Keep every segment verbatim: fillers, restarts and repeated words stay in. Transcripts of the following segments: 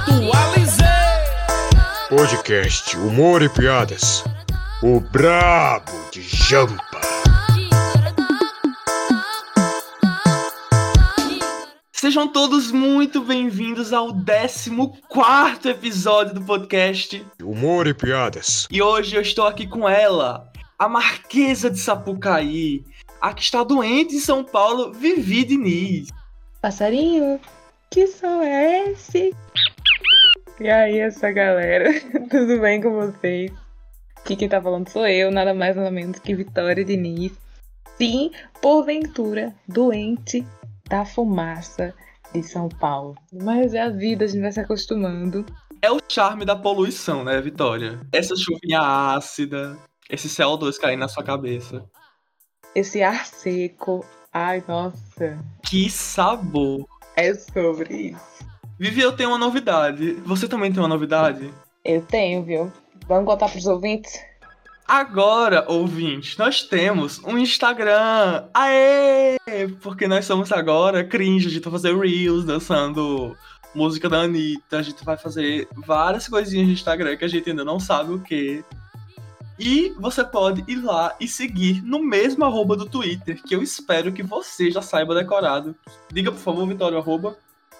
Atualizei. Podcast Humor e Piadas. O Brabo de Jampa. Sejam todos muito bem-vindos ao décimo quarto episódio do podcast. Humor e Piadas. E hoje eu estou aqui com ela, a Marquesa de Sapucaí, a que está doente em São Paulo, Vivi Diniz. Passarinho, que som é esse? E aí, essa galera, tudo bem com vocês? Aqui quem tá falando sou eu, nada mais nada menos que Vitória Diniz. Sim, porventura, doente da fumaça de São Paulo. Mas é a vida, a gente vai se acostumando. É o charme da poluição, né, Vitória? Essa chuvinha ácida, esse C O dois caindo na sua cabeça. Esse ar seco, ai, nossa. Que sabor! É sobre isso. Vivi, eu tenho uma novidade. Você também tem uma novidade? Eu tenho, viu? Vamos contar pros ouvintes? Agora, ouvintes, nós temos um Instagram. Aê! Porque nós somos agora cringe. A gente vai fazer reels dançando música da Anitta. A gente vai fazer várias coisinhas no Instagram que a gente ainda não sabe o que. E você pode ir lá e seguir no mesmo arroba do Twitter, que eu espero que você já saiba decorado. Diga, por favor, Vitória, arroba.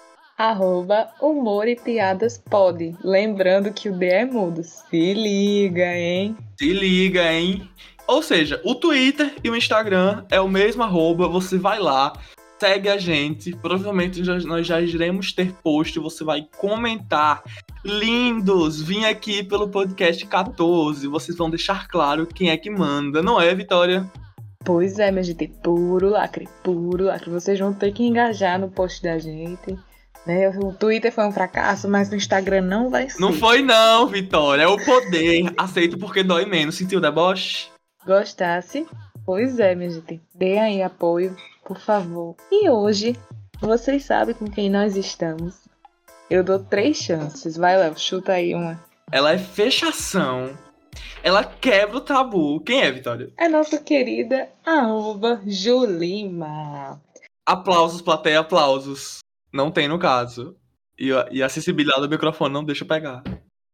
Arroba Humor e Piadas Pod. Lembrando que o D é mudo. Se liga, hein? Se liga, hein? Ou seja, o Twitter e o Instagram é o mesmo arroba. Você vai lá, segue a gente. Provavelmente já- nós já iremos ter post. Você vai comentar. Lindos, vim aqui pelo podcast catorze. Vocês vão deixar claro quem é que manda. Não é, Vitória? Pois é, minha gente, puro lacre, puro lacre. Vocês vão ter que engajar no post da gente. Né? O Twitter foi um fracasso, mas no Instagram não vai ser. Não foi não, Vitória. É o poder. Aceito porque dói menos. Sentiu o deboche? Gostasse? Pois é, minha gente. Dê aí apoio, por favor. E hoje, vocês sabem com quem nós estamos. Eu dou três chances. Vai, Léo, chuta aí uma. Ela é fechação. Ela quebra o tabu. Quem é, Vitória? É nossa querida arroba Julima. Aplausos, plateia, aplausos. Não tem no caso. E, a- e a acessibilidade do microfone não deixa eu pegar.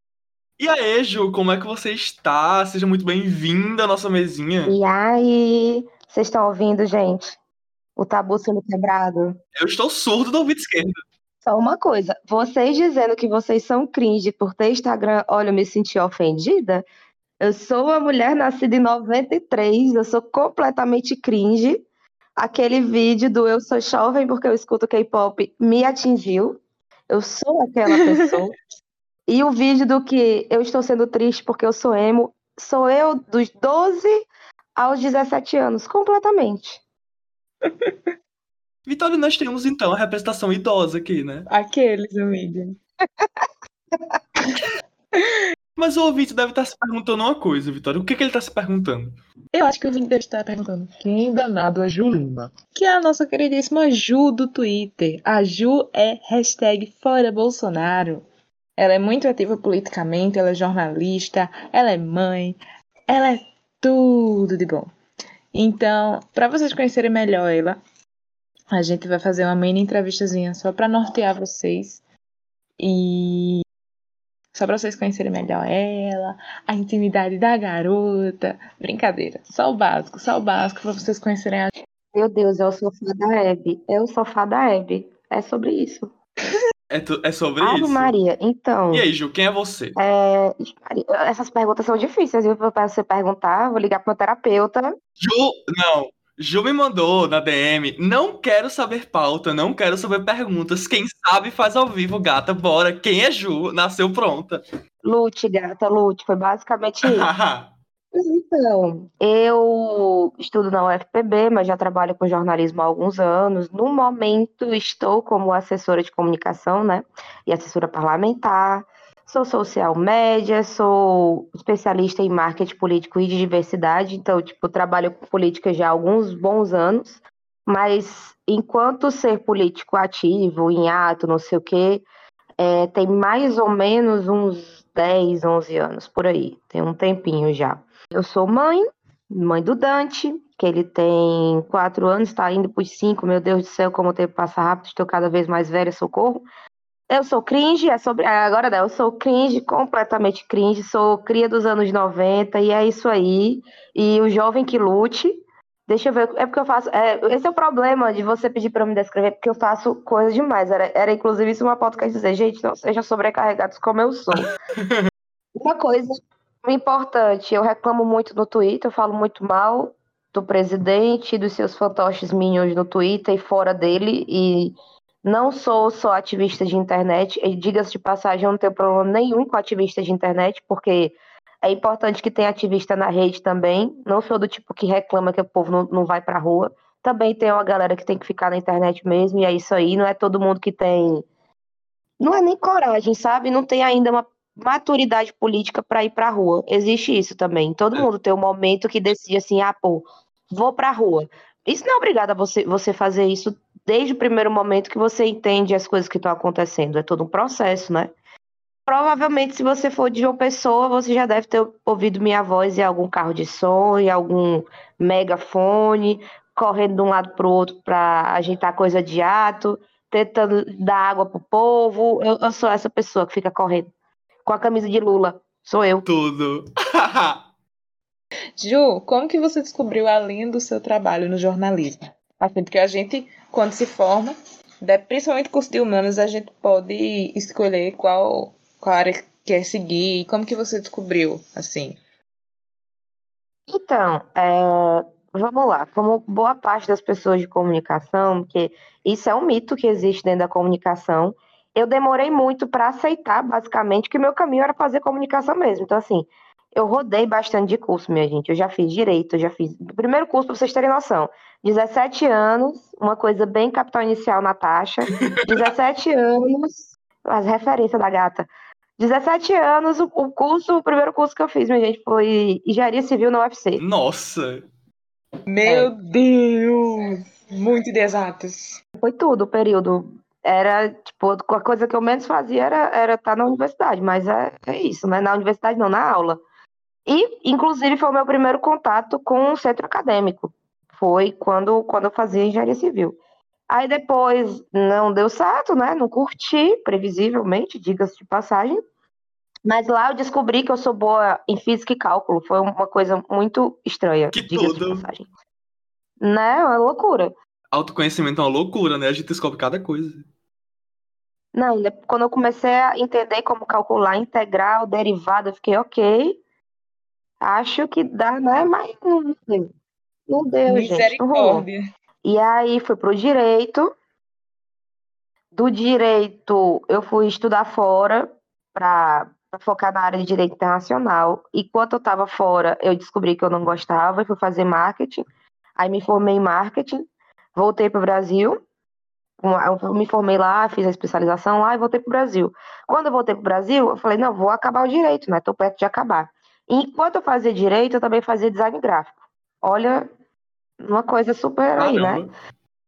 E aí, Ju, como é que você está? Seja muito bem-vinda à nossa mesinha. E aí, vocês estão ouvindo, gente? O tabu sendo quebrado? Eu estou surdo do ouvido esquerdo. Só uma coisa, vocês dizendo que vocês são cringe por ter Instagram, olha, eu me senti ofendida. Eu sou uma mulher nascida em noventa e três, eu sou completamente cringe. Aquele vídeo do Eu Sou Jovem porque eu escuto K-pop me atingiu. Eu sou aquela pessoa. E o vídeo do que eu estou sendo triste porque eu sou emo, sou eu dos doze aos dezessete anos, completamente. Vitória, nós temos então a representação idosa aqui, né? Aqueles, amiga. Mas o ouvinte deve estar se perguntando uma coisa, Vitória. O que, que ele está se perguntando? Eu acho que o Vini deve estar perguntando quem danado é Julima. Que é a nossa queridíssima Ju do Twitter. A Ju é hashtag Fora Bolsonaro. Ela é muito ativa politicamente, ela é jornalista, ela é mãe, ela é tudo de bom. Então, para vocês conhecerem melhor ela, a gente vai fazer uma mini entrevistazinha só para nortear vocês. E só pra vocês conhecerem melhor ela, a intimidade da garota. Brincadeira, só o básico, só o básico pra vocês conhecerem a... Meu Deus, é o sofá da Hebe. É o sofá da Hebe. É sobre isso. É, tu- é sobre Ave isso? Maria, então. E aí, Ju, quem é você? é, Essas perguntas são difíceis, viu? Pra você perguntar, vou ligar pro meu terapeuta. Ju, não. Ju me mandou na D M. Não quero saber pauta, não quero saber perguntas. Quem sabe faz ao vivo, gata. Bora. Quem é Ju? Nasceu pronta. Lute, gata, lute. Foi basicamente isso. Então, eu estudo na U F P B, mas já trabalho com jornalismo há alguns anos. No momento, estou como assessora de comunicação, né? E assessora parlamentar. Sou social média, sou especialista em marketing político e de diversidade. Então, tipo, trabalho com política já há alguns bons anos. Mas, enquanto ser político ativo, em ato, não sei o quê, é, tem mais ou menos uns dez, onze anos, por aí. Tem um tempinho já. Eu sou mãe, mãe do Dante, que ele tem quatro anos, está indo para os cinco. Meu Deus do céu, como o tempo passa rápido, estou cada vez mais velha, socorro. Eu sou cringe, é sobre. Agora não, eu sou cringe, completamente cringe, sou cria dos anos noventa, e é isso aí. E o jovem que lute. Deixa eu ver, é porque eu faço. É, esse é o problema de você pedir pra eu me descrever, porque eu faço coisas demais. Era, era inclusive isso uma pauta que eu ia dizer, gente, não sejam sobrecarregados como eu sou. Uma coisa importante, eu reclamo muito no Twitter, eu falo muito mal do presidente, dos seus fantoches minions no Twitter e fora dele, e não sou só ativista de internet, e diga-se de passagem, eu não tenho problema nenhum com ativista de internet, porque é importante que tenha ativista na rede também, não sou do tipo que reclama que o povo não, não vai pra rua, também tem uma galera que tem que ficar na internet mesmo, e é isso aí, não é todo mundo que tem, não é nem coragem, sabe, não tem ainda uma maturidade política para ir pra rua, existe isso também, todo mundo tem um momento que decide assim, ah, pô, vou pra rua, isso não é obrigado a você, você fazer isso desde o primeiro momento que você entende as coisas que estão acontecendo. É todo um processo, né? Provavelmente, se você for de João Pessoa, você já deve ter ouvido minha voz em algum carro de som, em algum megafone, correndo de um lado pro outro para ajeitar coisa de ato, tentando dar água pro povo. Eu, eu sou essa pessoa que fica correndo com a camisa de Lula. Sou eu. Tudo. Ju, como que você descobriu a linha do seu trabalho no jornalismo? Assim, porque a gente, quando se forma, principalmente curso de humanas, a gente pode escolher qual, qual área quer seguir. Como que você descobriu, assim? Então, é, vamos lá. Como boa parte das pessoas de comunicação, porque isso é um mito que existe dentro da comunicação, eu demorei muito para aceitar, basicamente, que o meu caminho era fazer comunicação mesmo. Então, assim, eu rodei bastante de curso, minha gente. Eu já fiz direito, eu já fiz. O primeiro curso, para vocês terem noção, dezessete anos, uma coisa bem capital inicial, Natasha. dezessete anos, as referências da gata. dezessete anos, o, o curso, o primeiro curso que eu fiz, minha gente, foi Engenharia Civil na U F C. Nossa! Meu É. Deus! Muito de exatas. Foi tudo o período. Era, tipo, a coisa que eu menos fazia era estar era tá na universidade, mas é, é isso, né? Na universidade não, na aula. E, inclusive, foi o meu primeiro contato com o centro acadêmico. Foi quando, quando eu fazia engenharia civil. Aí depois não deu certo, né? Não curti, previsivelmente, diga-se de passagem. Mas lá eu descobri que eu sou boa em física e cálculo. Foi uma coisa muito estranha, Que diga-se de tudo! passagem. Né? Uma loucura. Autoconhecimento é uma loucura, né? A gente descobre cada coisa. Não, de- quando eu comecei a entender como calcular integral, derivada, eu fiquei ok. Acho que dá, né? Mas não não deu. Não deu, gente. Não rolou. Misericórdia. E aí fui pro direito. Do direito, eu fui estudar fora para focar na área de direito internacional. E enquanto eu estava fora, eu descobri que eu não gostava e fui fazer marketing. Aí me formei em marketing, voltei para o Brasil. Eu me formei lá, fiz a especialização lá e voltei para o Brasil. Quando eu voltei para o Brasil, eu falei, não, vou acabar o direito, né? Tô perto de acabar. E enquanto eu fazia direito, eu também fazia design gráfico. Olha, uma coisa super aí, né? Caramba!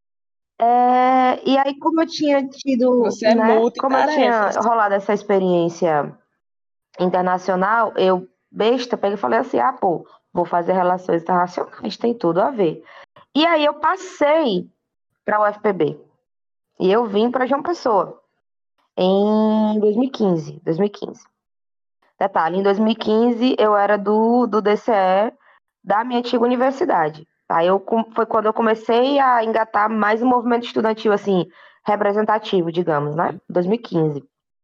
É, e aí, como eu tinha tido, Você é né? Como eu tinha multitarefas. rolado essa experiência internacional, eu, besta, peguei e falei assim: ah, pô, vou fazer relações internacionais, tem tudo a ver. E aí eu passei para a U F P B. E eu vim para João Pessoa em dois mil e quinze. dois mil e quinze. Detalhe, em dois mil e quinze eu era do, do D C E da minha antiga universidade. Aí eu, foi quando eu comecei a engatar mais um movimento estudantil, assim, representativo, digamos, né? dois mil e quinze.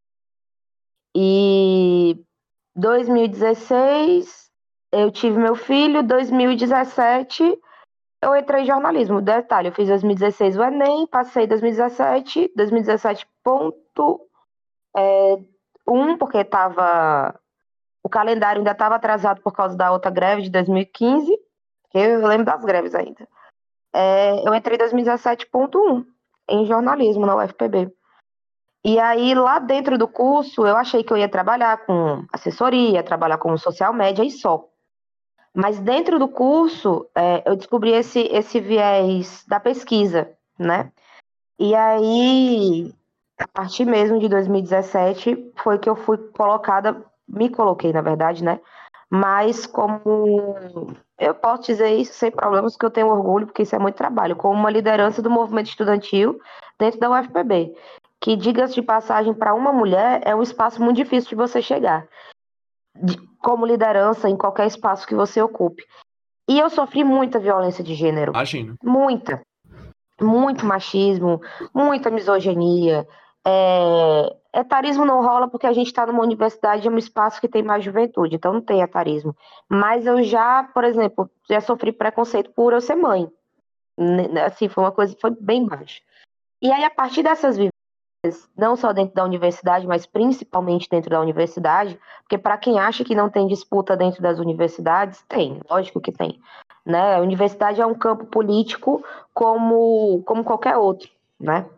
E dois mil e dezesseis eu tive meu filho, dois mil e dezessete eu entrei em jornalismo. Detalhe, eu fiz dois mil e dezesseis o Enem, passei dois mil e dezessete, dois mil e dezessete ponto um, porque tava, o calendário ainda estava atrasado por causa da outra greve de dois mil e quinze, eu lembro das greves ainda. É, eu entrei em dois mil e dezessete ponto um em jornalismo na U F P B. E aí, lá dentro do curso, eu achei que eu ia trabalhar com assessoria, trabalhar com social media e só. Mas dentro do curso, é, eu descobri esse, esse viés da pesquisa, né? E aí, a partir mesmo de dois mil e dezessete, foi que eu fui colocada, me coloquei, na verdade, né? Mas como, eu posso dizer isso sem problemas, porque eu tenho orgulho, porque isso é muito trabalho, como uma liderança do movimento estudantil dentro da U F P B, que, diga-se de passagem, para uma mulher é um espaço muito difícil de você chegar, de, como liderança em qualquer espaço que você ocupe. E eu sofri muita violência de gênero. Imagino. Muita. Muito machismo, muita misoginia. É... Etarismo não rola porque a gente está numa universidade, é um espaço que tem mais juventude, então não tem etarismo. Mas eu já, por exemplo, já sofri preconceito por eu ser mãe. Assim, foi uma coisa, foi bem baixa. E aí, a partir dessas vivências, não só dentro da universidade, mas principalmente dentro da universidade, porque para quem acha que não tem disputa dentro das universidades, tem, lógico que tem. Né? A universidade é um campo político como, como qualquer outro, né?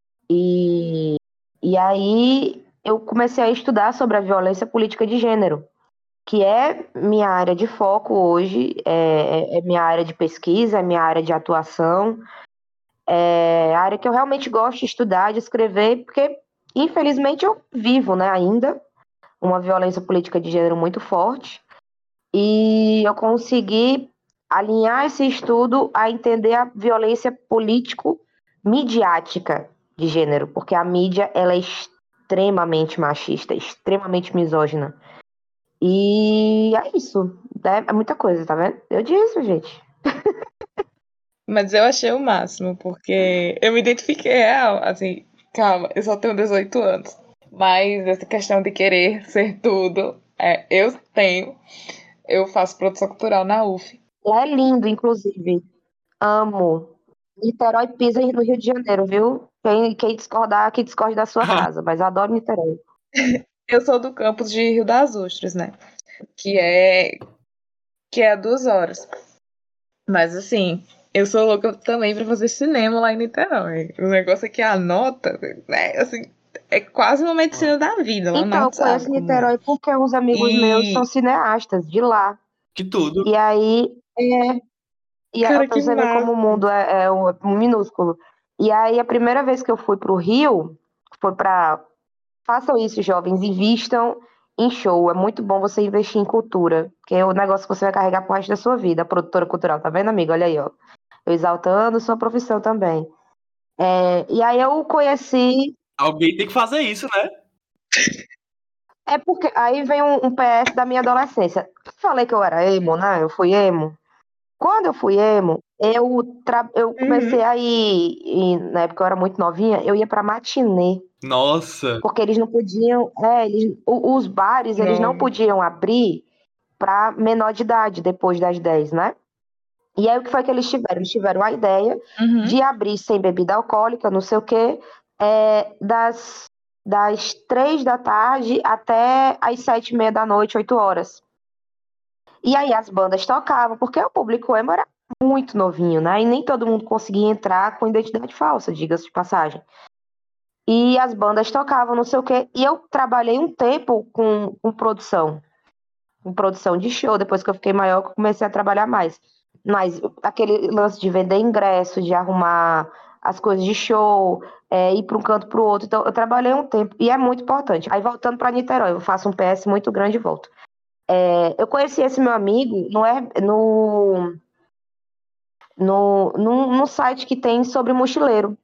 E, e aí eu comecei a estudar sobre a violência política de gênero, que é minha área de foco hoje, é, é minha área de pesquisa, é minha área de atuação, é a área que eu realmente gosto de estudar, de escrever, porque infelizmente eu vivo, né, ainda uma violência política de gênero muito forte, e eu consegui alinhar esse estudo a entender a violência político-midiática de gênero, porque a mídia ela é extremamente machista, extremamente misógina. E é isso. É, é muita coisa, tá vendo? Eu disse, gente. Mas eu achei o máximo, porque eu me identifiquei real, assim, calma, eu só tenho dezoito anos. Mas essa questão de querer ser tudo, é, eu tenho. Eu faço produção cultural na U F. É lindo, inclusive. Amo. Niterói pisa no Rio de Janeiro, viu? Quem, quem discordar, que discorde da sua casa. Mas eu adoro Niterói. Eu sou do campus de Rio das Ostras, né? Que é, que é duas horas. Mas, assim, eu sou louca também pra fazer cinema lá em Niterói. O negócio é que a nota, né? Assim, é quase uma medicina da vida. Então, Leonardo eu conheço sabe como Niterói é. porque uns amigos E- meus são cineastas de lá. Que tudo. E aí, é, e Cara, a, que você vê como o massa. mundo é, é um, um minúsculo. E aí, a primeira vez que eu fui pro Rio, foi pra. Façam isso, jovens, invistam em show. É muito bom você investir em cultura, que é o negócio que você vai carregar pro resto da sua vida. A produtora cultural, tá vendo, amigo? Olha aí, ó. Eu exaltando sua profissão também. É, e aí eu conheci. Alguém tem que fazer isso, né? É porque aí vem um, um P S da minha adolescência. Falei que eu era emo, né? Eu fui emo. Quando eu fui emo, eu, tra... eu comecei Uhum. a ir, e na época eu era muito novinha, eu ia pra matinê, Nossa. porque eles não podiam, é, eles, o- os bares, eles não Não. podiam abrir pra menor de idade, depois das dez, né? E aí o que foi que eles tiveram? Eles tiveram a ideia Uhum. de abrir sem bebida alcoólica, não sei o quê, é, das, das três da tarde até as sete e meia da noite, oito horas. E aí as bandas tocavam, porque o público emo era muito novinho, né? E nem todo mundo conseguia entrar com identidade falsa, diga-se de passagem. E as bandas tocavam, não sei o quê. E eu trabalhei um tempo com, com produção, com produção de show. Depois que eu fiquei maior, eu comecei a trabalhar mais. Mas aquele lance de vender ingresso, de arrumar as coisas de show, é, ir para um canto para o outro. Então, eu trabalhei um tempo e é muito importante. Aí, voltando para Niterói, eu faço um P S muito grande e volto. É, eu conheci esse meu amigo no, no, no, no, no site que tem sobre mochileiro.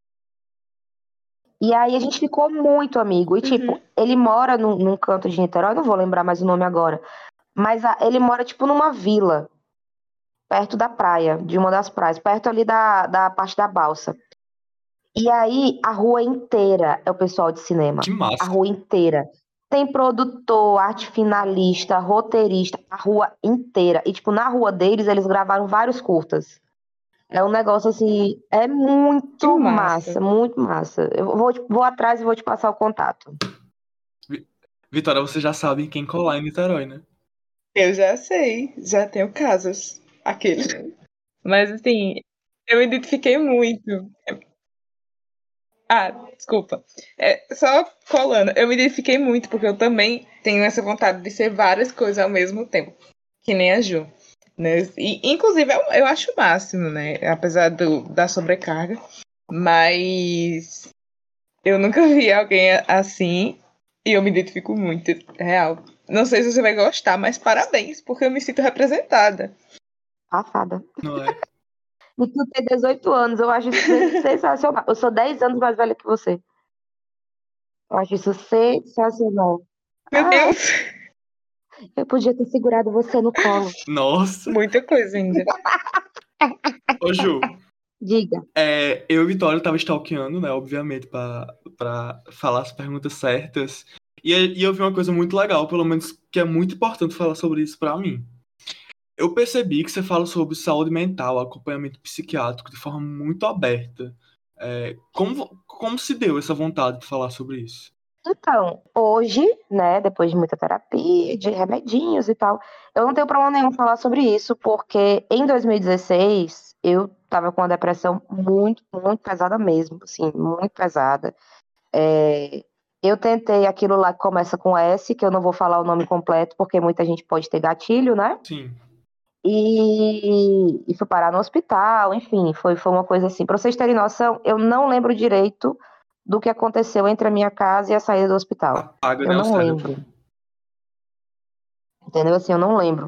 E aí a gente ficou muito amigo. E, tipo, Uhum. ele mora num, num canto de Niterói, não vou lembrar mais o nome agora. Mas a, ele mora, tipo, numa vila, perto da praia, de uma das praias, perto ali da, da parte da balsa. E aí a rua inteira é o pessoal de cinema. Que A massa. rua inteira. Tem produtor, arte finalista, roteirista, a rua inteira. E, tipo, na rua deles, eles gravaram vários curtas. É um negócio assim, é Que muito massa. massa, muito massa. Eu vou, vou atrás e vou te passar o contato. Vi- Vitória, você já sabe quem colar em Niterói, né? Eu já sei, já tenho casos. Aquele. Mas assim, eu me identifiquei muito. Ah, desculpa. É, só colando, eu me identifiquei muito porque eu também tenho essa vontade de ser várias coisas ao mesmo tempo, que nem a Ju, né? E, inclusive, eu, eu acho o máximo, né? Apesar do, da sobrecarga, mas eu nunca vi alguém assim e eu me identifico muito, real. Não sei se você vai gostar, mas parabéns, porque eu me sinto representada. Passada. Não é? E tu tem dezoito anos, eu acho isso sensacional. Eu sou dez anos mais velha que você. Eu acho isso sensacional. Meu Ah, Deus, eu podia ter segurado você no colo. Nossa. muita coisa ainda. Ô, Ju, Diga. é, eu e Vitória tava stalkeando, né? Obviamente, pra, pra falar as perguntas certas. E, e eu vi uma coisa muito legal, pelo menos que é muito importante falar sobre isso pra mim. Eu percebi que você fala sobre saúde mental, acompanhamento psiquiátrico de forma muito aberta. É, como, como se deu essa vontade de falar sobre isso? Então, hoje, né, depois de muita terapia, de remedinhos e tal, eu não tenho problema nenhum falar sobre isso, porque em dois mil e dezesseis eu tava com uma depressão muito, muito pesada mesmo, assim, muito pesada. É, eu tentei aquilo lá que começa com S, que eu não vou falar o nome completo, porque muita gente pode ter gatilho, né? Sim. E, e fui parar no hospital, enfim, foi, foi uma coisa assim. Pra vocês terem noção, eu não lembro direito do que aconteceu entre a minha casa e a saída do hospital. Apaga, Eu né, o não cérebro. lembro. Entendeu? Assim, eu não lembro.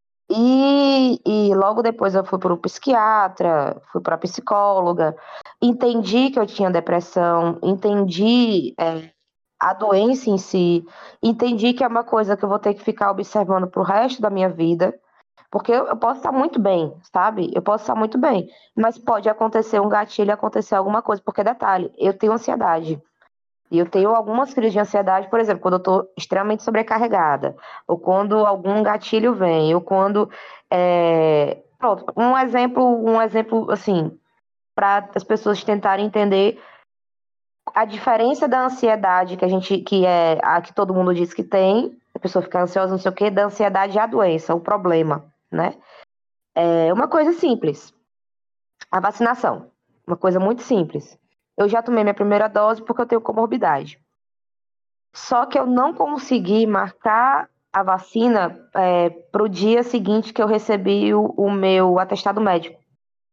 E, e logo depois eu fui para o psiquiatra, fui para a psicóloga, entendi que eu tinha depressão, entendi é, a doença em si, entendi que é uma coisa que eu vou ter que ficar observando pro resto da minha vida, porque eu, eu posso estar muito bem, sabe? Eu posso estar muito bem, mas pode acontecer um gatilho, acontecer alguma coisa, porque detalhe, eu tenho ansiedade. E eu tenho algumas crises de ansiedade, por exemplo, quando eu estou extremamente sobrecarregada, ou quando algum gatilho vem, ou quando. É... Pronto, um exemplo, um exemplo assim, para as pessoas tentarem entender a diferença da ansiedade que a gente, que é a que todo mundo diz que tem, a pessoa fica ansiosa, não sei o quê, da ansiedade à doença, o problema, né? É uma coisa simples. A vacinação, uma coisa muito simples. Eu já tomei minha primeira dose porque eu tenho comorbidade. Só que eu não consegui marcar a vacina é, para o dia seguinte que eu recebi o, o meu atestado médico.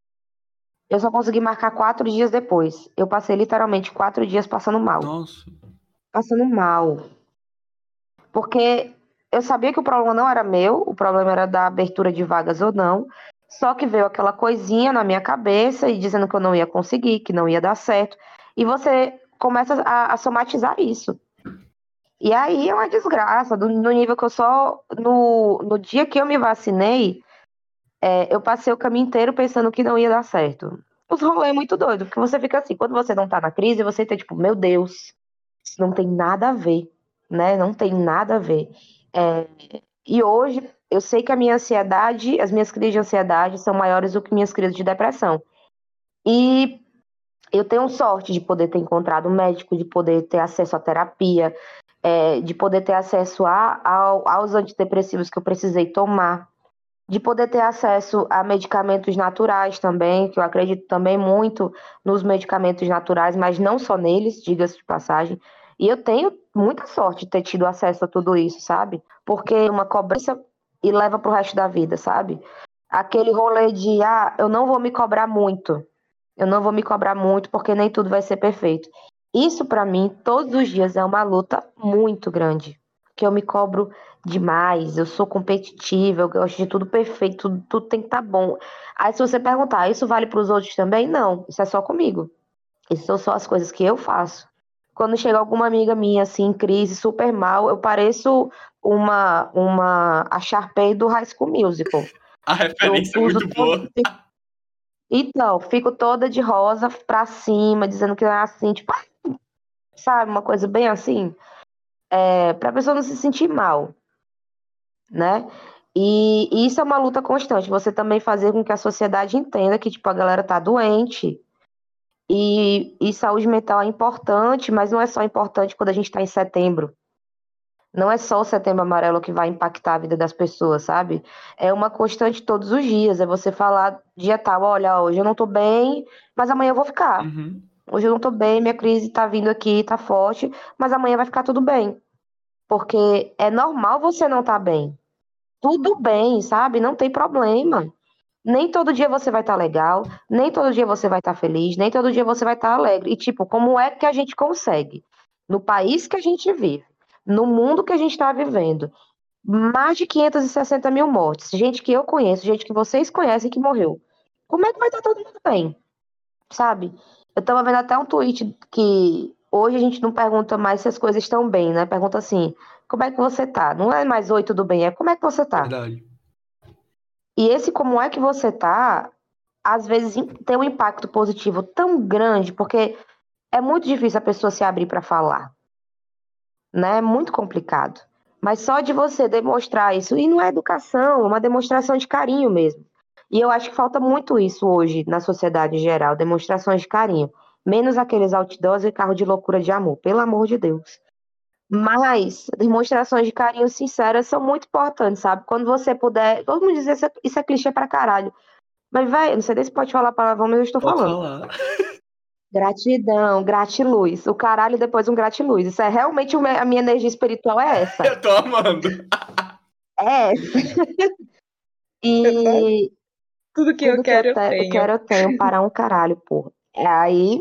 Eu só consegui marcar quatro dias depois. Eu passei literalmente quatro dias passando mal. Nossa. Passando mal. Porque eu sabia que o problema não era meu, o problema era da abertura de vagas ou não. Só que veio aquela coisinha na minha cabeça e dizendo que eu não ia conseguir, que não ia dar certo. E você começa a, a somatizar isso. E aí é uma desgraça, do, no nível que eu só. No, no dia que eu me vacinei, é, eu passei o caminho inteiro pensando que não ia dar certo. Os rolês é muito doido, porque você fica assim, quando você não tá na crise, você tem tipo, meu Deus, isso não tem nada a ver, né? Não tem nada a ver. É, e hoje eu sei que a minha ansiedade, as minhas crises de ansiedade são maiores do que minhas crises de depressão. E eu tenho sorte de poder ter encontrado um médico, de poder ter acesso à terapia, é, de poder ter acesso a, a, aos antidepressivos que eu precisei tomar, de poder ter acesso a medicamentos naturais também, que eu acredito também muito nos medicamentos naturais, mas não só neles, diga-se de passagem. E eu tenho muita sorte de ter tido acesso a tudo isso, sabe? Porque é uma cobrança e leva pro resto da vida, sabe? Aquele rolê de, ah, eu não vou me cobrar muito. Eu não vou me cobrar muito porque nem tudo vai ser perfeito. Isso pra mim, todos os dias é uma luta muito grande. Que eu me cobro demais, eu sou competitiva, eu gosto de tudo perfeito, tudo, tudo tem que estar bom. Aí se você perguntar, isso vale pros outros também? Não, isso é só comigo. Isso são só as coisas que eu faço. Quando chega alguma amiga minha assim em crise, super mal, eu pareço uma uma a Sharpay do High School Musical. A Eu referência é uso muito todo boa. Então, fico toda de rosa pra cima, dizendo que não é assim, tipo, sabe, uma coisa bem assim, é, pra pessoa não se sentir mal, né? E, e isso é uma luta constante, você também fazer com que a sociedade entenda que, tipo, a galera tá doente e, e saúde mental é importante, mas não é só importante quando a gente tá em setembro. Não é só o setembro amarelo que vai impactar a vida das pessoas, sabe? É uma constante todos os dias. É você falar dia tal, olha, hoje eu não tô bem, mas amanhã eu vou ficar. Uhum. Hoje eu não tô bem, minha crise tá vindo aqui, tá forte, mas amanhã vai ficar tudo bem. Porque é normal você não tá bem. Tudo bem, sabe? Não tem problema. Nem todo dia você vai estar legal, nem todo dia você vai estar feliz, nem todo dia você vai estar alegre. E, tipo, como é que a gente consegue? No país que a gente vive, no mundo que a gente está vivendo, mais de quinhentos e sessenta mil mortes, gente que eu conheço, gente que vocês conhecem que morreu. Como é que vai estar todo mundo bem? Sabe? Eu tava vendo até um tweet que hoje a gente não pergunta mais se as coisas estão bem, né? Pergunta assim, como é que você tá? Não é mais oi, tudo bem, é como é que você tá? Verdade. E esse como é que você tá, às vezes tem um impacto positivo tão grande, porque é muito difícil a pessoa se abrir para falar, né? É muito complicado. Mas só de você demonstrar isso, e não é educação, é uma demonstração de carinho mesmo. E eu acho que falta muito isso hoje na sociedade em geral, demonstrações de carinho. Menos aqueles outdoors e carro de loucura de amor, pelo amor de Deus. Mas demonstrações de carinho sinceras são muito importantes, sabe? Quando você puder. Todo mundo diz isso é, isso é clichê pra caralho. Mas, vai, não sei nem se pode falar palavrão, mas eu estou Pode falando. falar. Gratidão, gratiluz. O caralho e depois um gratiluz. Isso é realmente o me- a minha energia espiritual é essa. Eu tô amando. É essa. E Tudo que eu tudo que eu, quero, eu te- eu tenho. quero, eu tenho para um caralho, porra. Aí,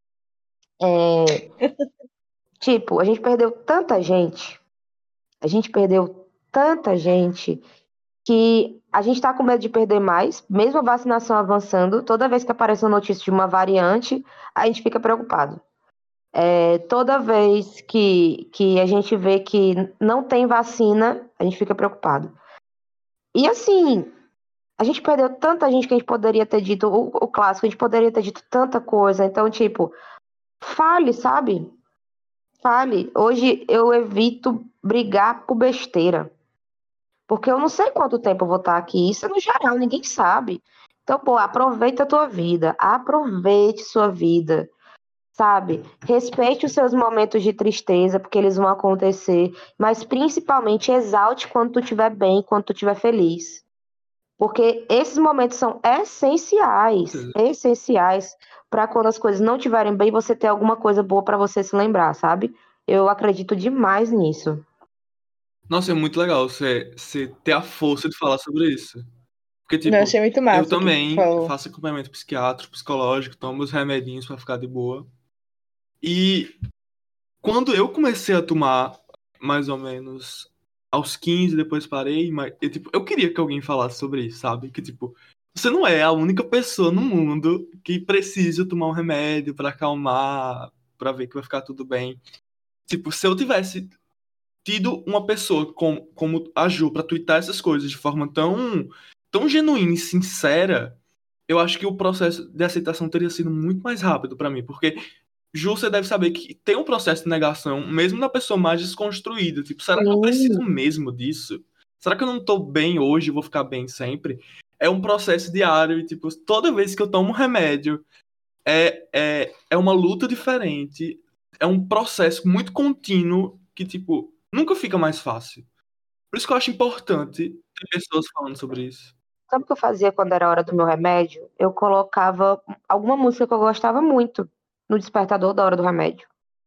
é, tipo, a gente perdeu tanta gente. A gente perdeu tanta gente que a gente tá com medo de perder mais, mesmo a vacinação avançando. Toda vez que aparece uma notícia de uma variante, a gente fica preocupado. É, toda vez que, que a gente vê que não tem vacina, a gente fica preocupado. E assim, a gente perdeu tanta gente que a gente poderia ter dito, o, o clássico, a gente poderia ter dito tanta coisa. Então, tipo, fale, sabe? Fale. Hoje eu evito brigar por besteira. Porque eu não sei quanto tempo eu vou estar aqui. Isso é no geral, ninguém sabe. Então, pô, aproveita a tua vida. Aproveite sua vida. Sabe? Respeite os seus momentos de tristeza, porque eles vão acontecer. Mas principalmente exalte quando tu estiver bem, quando tu estiver feliz. Porque esses momentos são essenciais. Essenciais para quando as coisas não estiverem bem, você ter alguma coisa boa para você se lembrar, sabe? Eu acredito demais nisso. Nossa, é muito legal você, você ter a força de falar sobre isso. Porque, Eu tipo, achei muito eu massa o que tu também falou. faço acompanhamento psiquiátrico, psicológico, tomo os remedinhos pra ficar de boa. E quando eu comecei a tomar, mais ou menos, aos quinze, depois parei, mas eu, tipo, eu queria que alguém falasse sobre isso, sabe? Que, tipo, você não é a única pessoa no mundo que precisa tomar um remédio pra acalmar, pra ver que vai ficar tudo bem. Tipo, se eu tivesse tido uma pessoa com, como a Ju pra twittar essas coisas de forma tão, tão genuína e sincera, eu acho que o processo de aceitação teria sido muito mais rápido pra mim, porque Ju, você deve saber que tem um processo de negação, mesmo na pessoa mais desconstruída. Tipo, será que eu preciso Sim. mesmo disso? Será que eu não tô bem hoje e vou ficar bem sempre? É um processo diário e, tipo, toda vez que eu tomo um remédio, é, é, é uma luta diferente. É um processo muito contínuo que, tipo, nunca fica mais fácil. Por isso que eu acho importante ter pessoas falando sobre isso. Sabe o que eu fazia quando era a hora do meu remédio? Eu colocava alguma música que eu gostava muito no despertador da hora do remédio.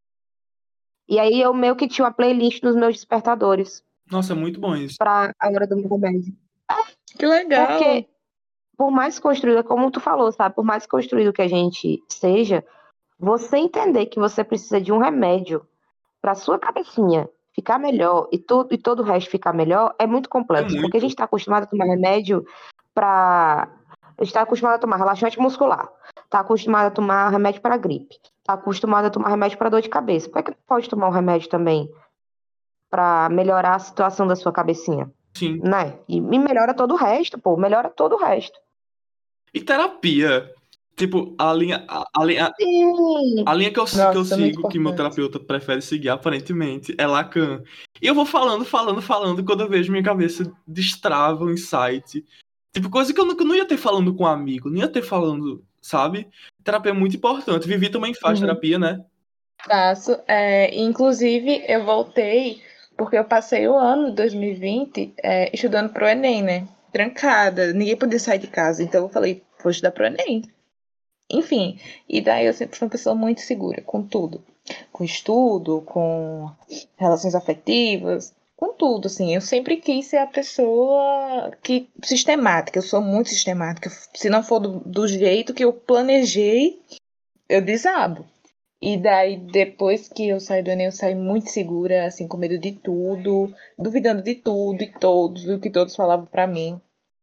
E aí eu meio que tinha uma playlist nos meus despertadores Nossa, é muito bom isso. pra a hora do meu remédio. Que legal. Porque, por mais construída, como tu falou, sabe? Por mais construído que a gente seja, você entender que você precisa de um remédio pra sua cabecinha ficar melhor e, tudo, e todo o resto ficar melhor é muito É complexo. Porque a muito. gente tá acostumado a tomar remédio pra. A gente tá acostumado a tomar relaxante muscular. Tá acostumado a tomar remédio para gripe. Tá acostumado a tomar remédio para dor de cabeça. Por que não pode tomar um remédio também pra melhorar a situação da sua cabecinha? Sim. Né? E, e melhora todo o resto, pô. Melhora todo o resto. E terapia. Tipo, a linha, a, a linha, Sim. a linha que eu, Nossa, que eu isso é muito sigo, que meu importante. terapeuta prefere seguir, aparentemente, é Lacan. E eu vou falando, falando, falando, quando eu vejo minha cabeça destrava um insight. Tipo, coisa que eu não, que eu não ia ter falando com um amigo, não ia ter falando, sabe? Terapia é muito importante. Vivi também faz Uhum. terapia, né? Faço. É, inclusive, eu voltei porque eu passei o ano de dois mil e vinte é, estudando pro Enem, né? Trancada, ninguém podia sair de casa. Então eu falei, vou estudar pro Enem. Enfim, e daí eu sempre fui uma pessoa muito segura com tudo. Com estudo, com relações afetivas, com tudo, assim. Eu sempre quis ser a pessoa que sistemática. Eu sou muito sistemática. Se não for do, do jeito que eu planejei, eu desabo. E daí, depois que eu saí do Enem, eu saí muito segura, assim, com medo de tudo, duvidando de tudo e todos, do que todos falavam pra mim.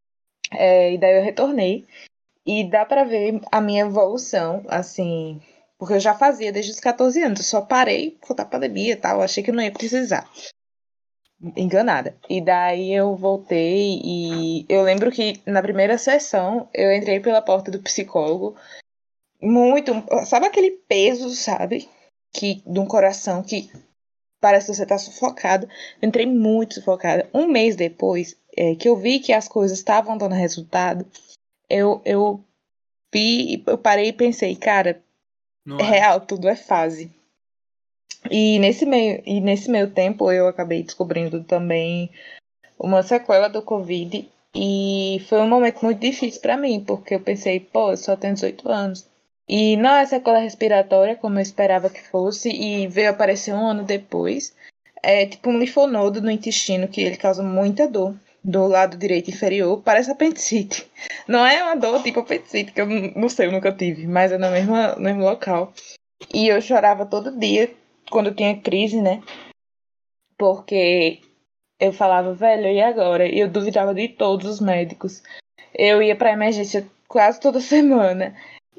É, e daí eu retornei. E dá pra ver a minha evolução, assim, Porque eu já fazia desde os catorze anos. Eu só parei por conta da pandemia e tal. Achei que não ia precisar. Enganada. E daí eu voltei e eu lembro que na primeira sessão eu entrei pela porta do psicólogo. Muito. Sabe aquele peso, sabe? Que, de um coração que parece que você tá sufocado. Eu entrei muito sufocada. Um mês depois, é, que eu vi que as coisas estavam dando resultado, eu, eu vi, eu parei e pensei, cara, Não é é? real, tudo é fase. E nesse meio, e nesse meio tempo eu acabei descobrindo também uma sequela do Covid. E foi um momento muito difícil pra mim, porque eu pensei, pô, eu só tenho dezoito anos. E não é sequela respiratória, como eu esperava que fosse, e veio aparecer um ano depois. É tipo um linfonodo no intestino que ele causa muita dor do lado direito inferior, parece apendicite. Não é uma dor tipo apendicite, que eu n- não sei, eu nunca tive, mas é no mesmo, no mesmo local. E eu chorava todo dia quando eu tinha crise, né? Porque eu falava, velho, e agora? E eu duvidava de todos os médicos. Eu ia pra emergência quase toda semana.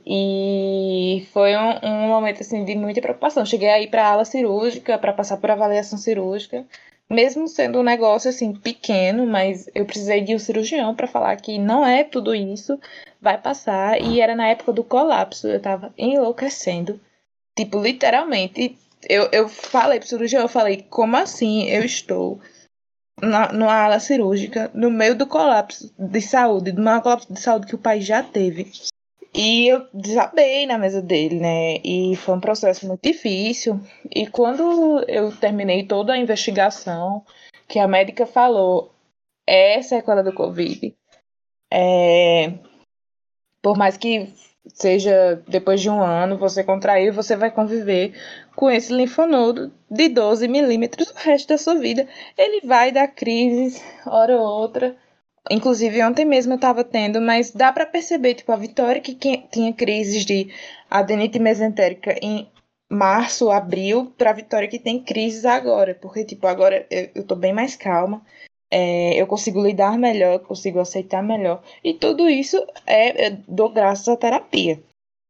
E foi um, um momento assim de muita preocupação. Cheguei a ir para a ala cirúrgica para passar por avaliação cirúrgica, mesmo sendo um negócio assim pequeno, mas eu precisei de um cirurgião para falar que não é tudo isso, vai passar. E era na época do colapso, eu tava enlouquecendo, tipo literalmente. Eu, eu falei pro cirurgião, eu falei, como assim eu estou na, numa ala cirúrgica no meio do colapso de saúde, do maior colapso de saúde que o país já teve? E eu desabei na mesa dele, né? E foi um processo muito difícil. E quando eu terminei toda a investigação, que a médica falou, é sequela do Covid. É, por mais que seja depois de um ano, você contrair, você vai conviver com esse linfonodo de doze milímetros o resto da sua vida. Ele vai dar crises, hora ou outra. Inclusive, ontem mesmo eu tava tendo, mas dá pra perceber, tipo, a Vitória que que- tinha crises de adenite mesentérica em março, abril, pra Vitória que tem crises agora, porque, tipo, agora eu, eu tô bem mais calma, é, eu consigo lidar melhor, consigo aceitar melhor, e tudo isso é, eu dou graças à terapia.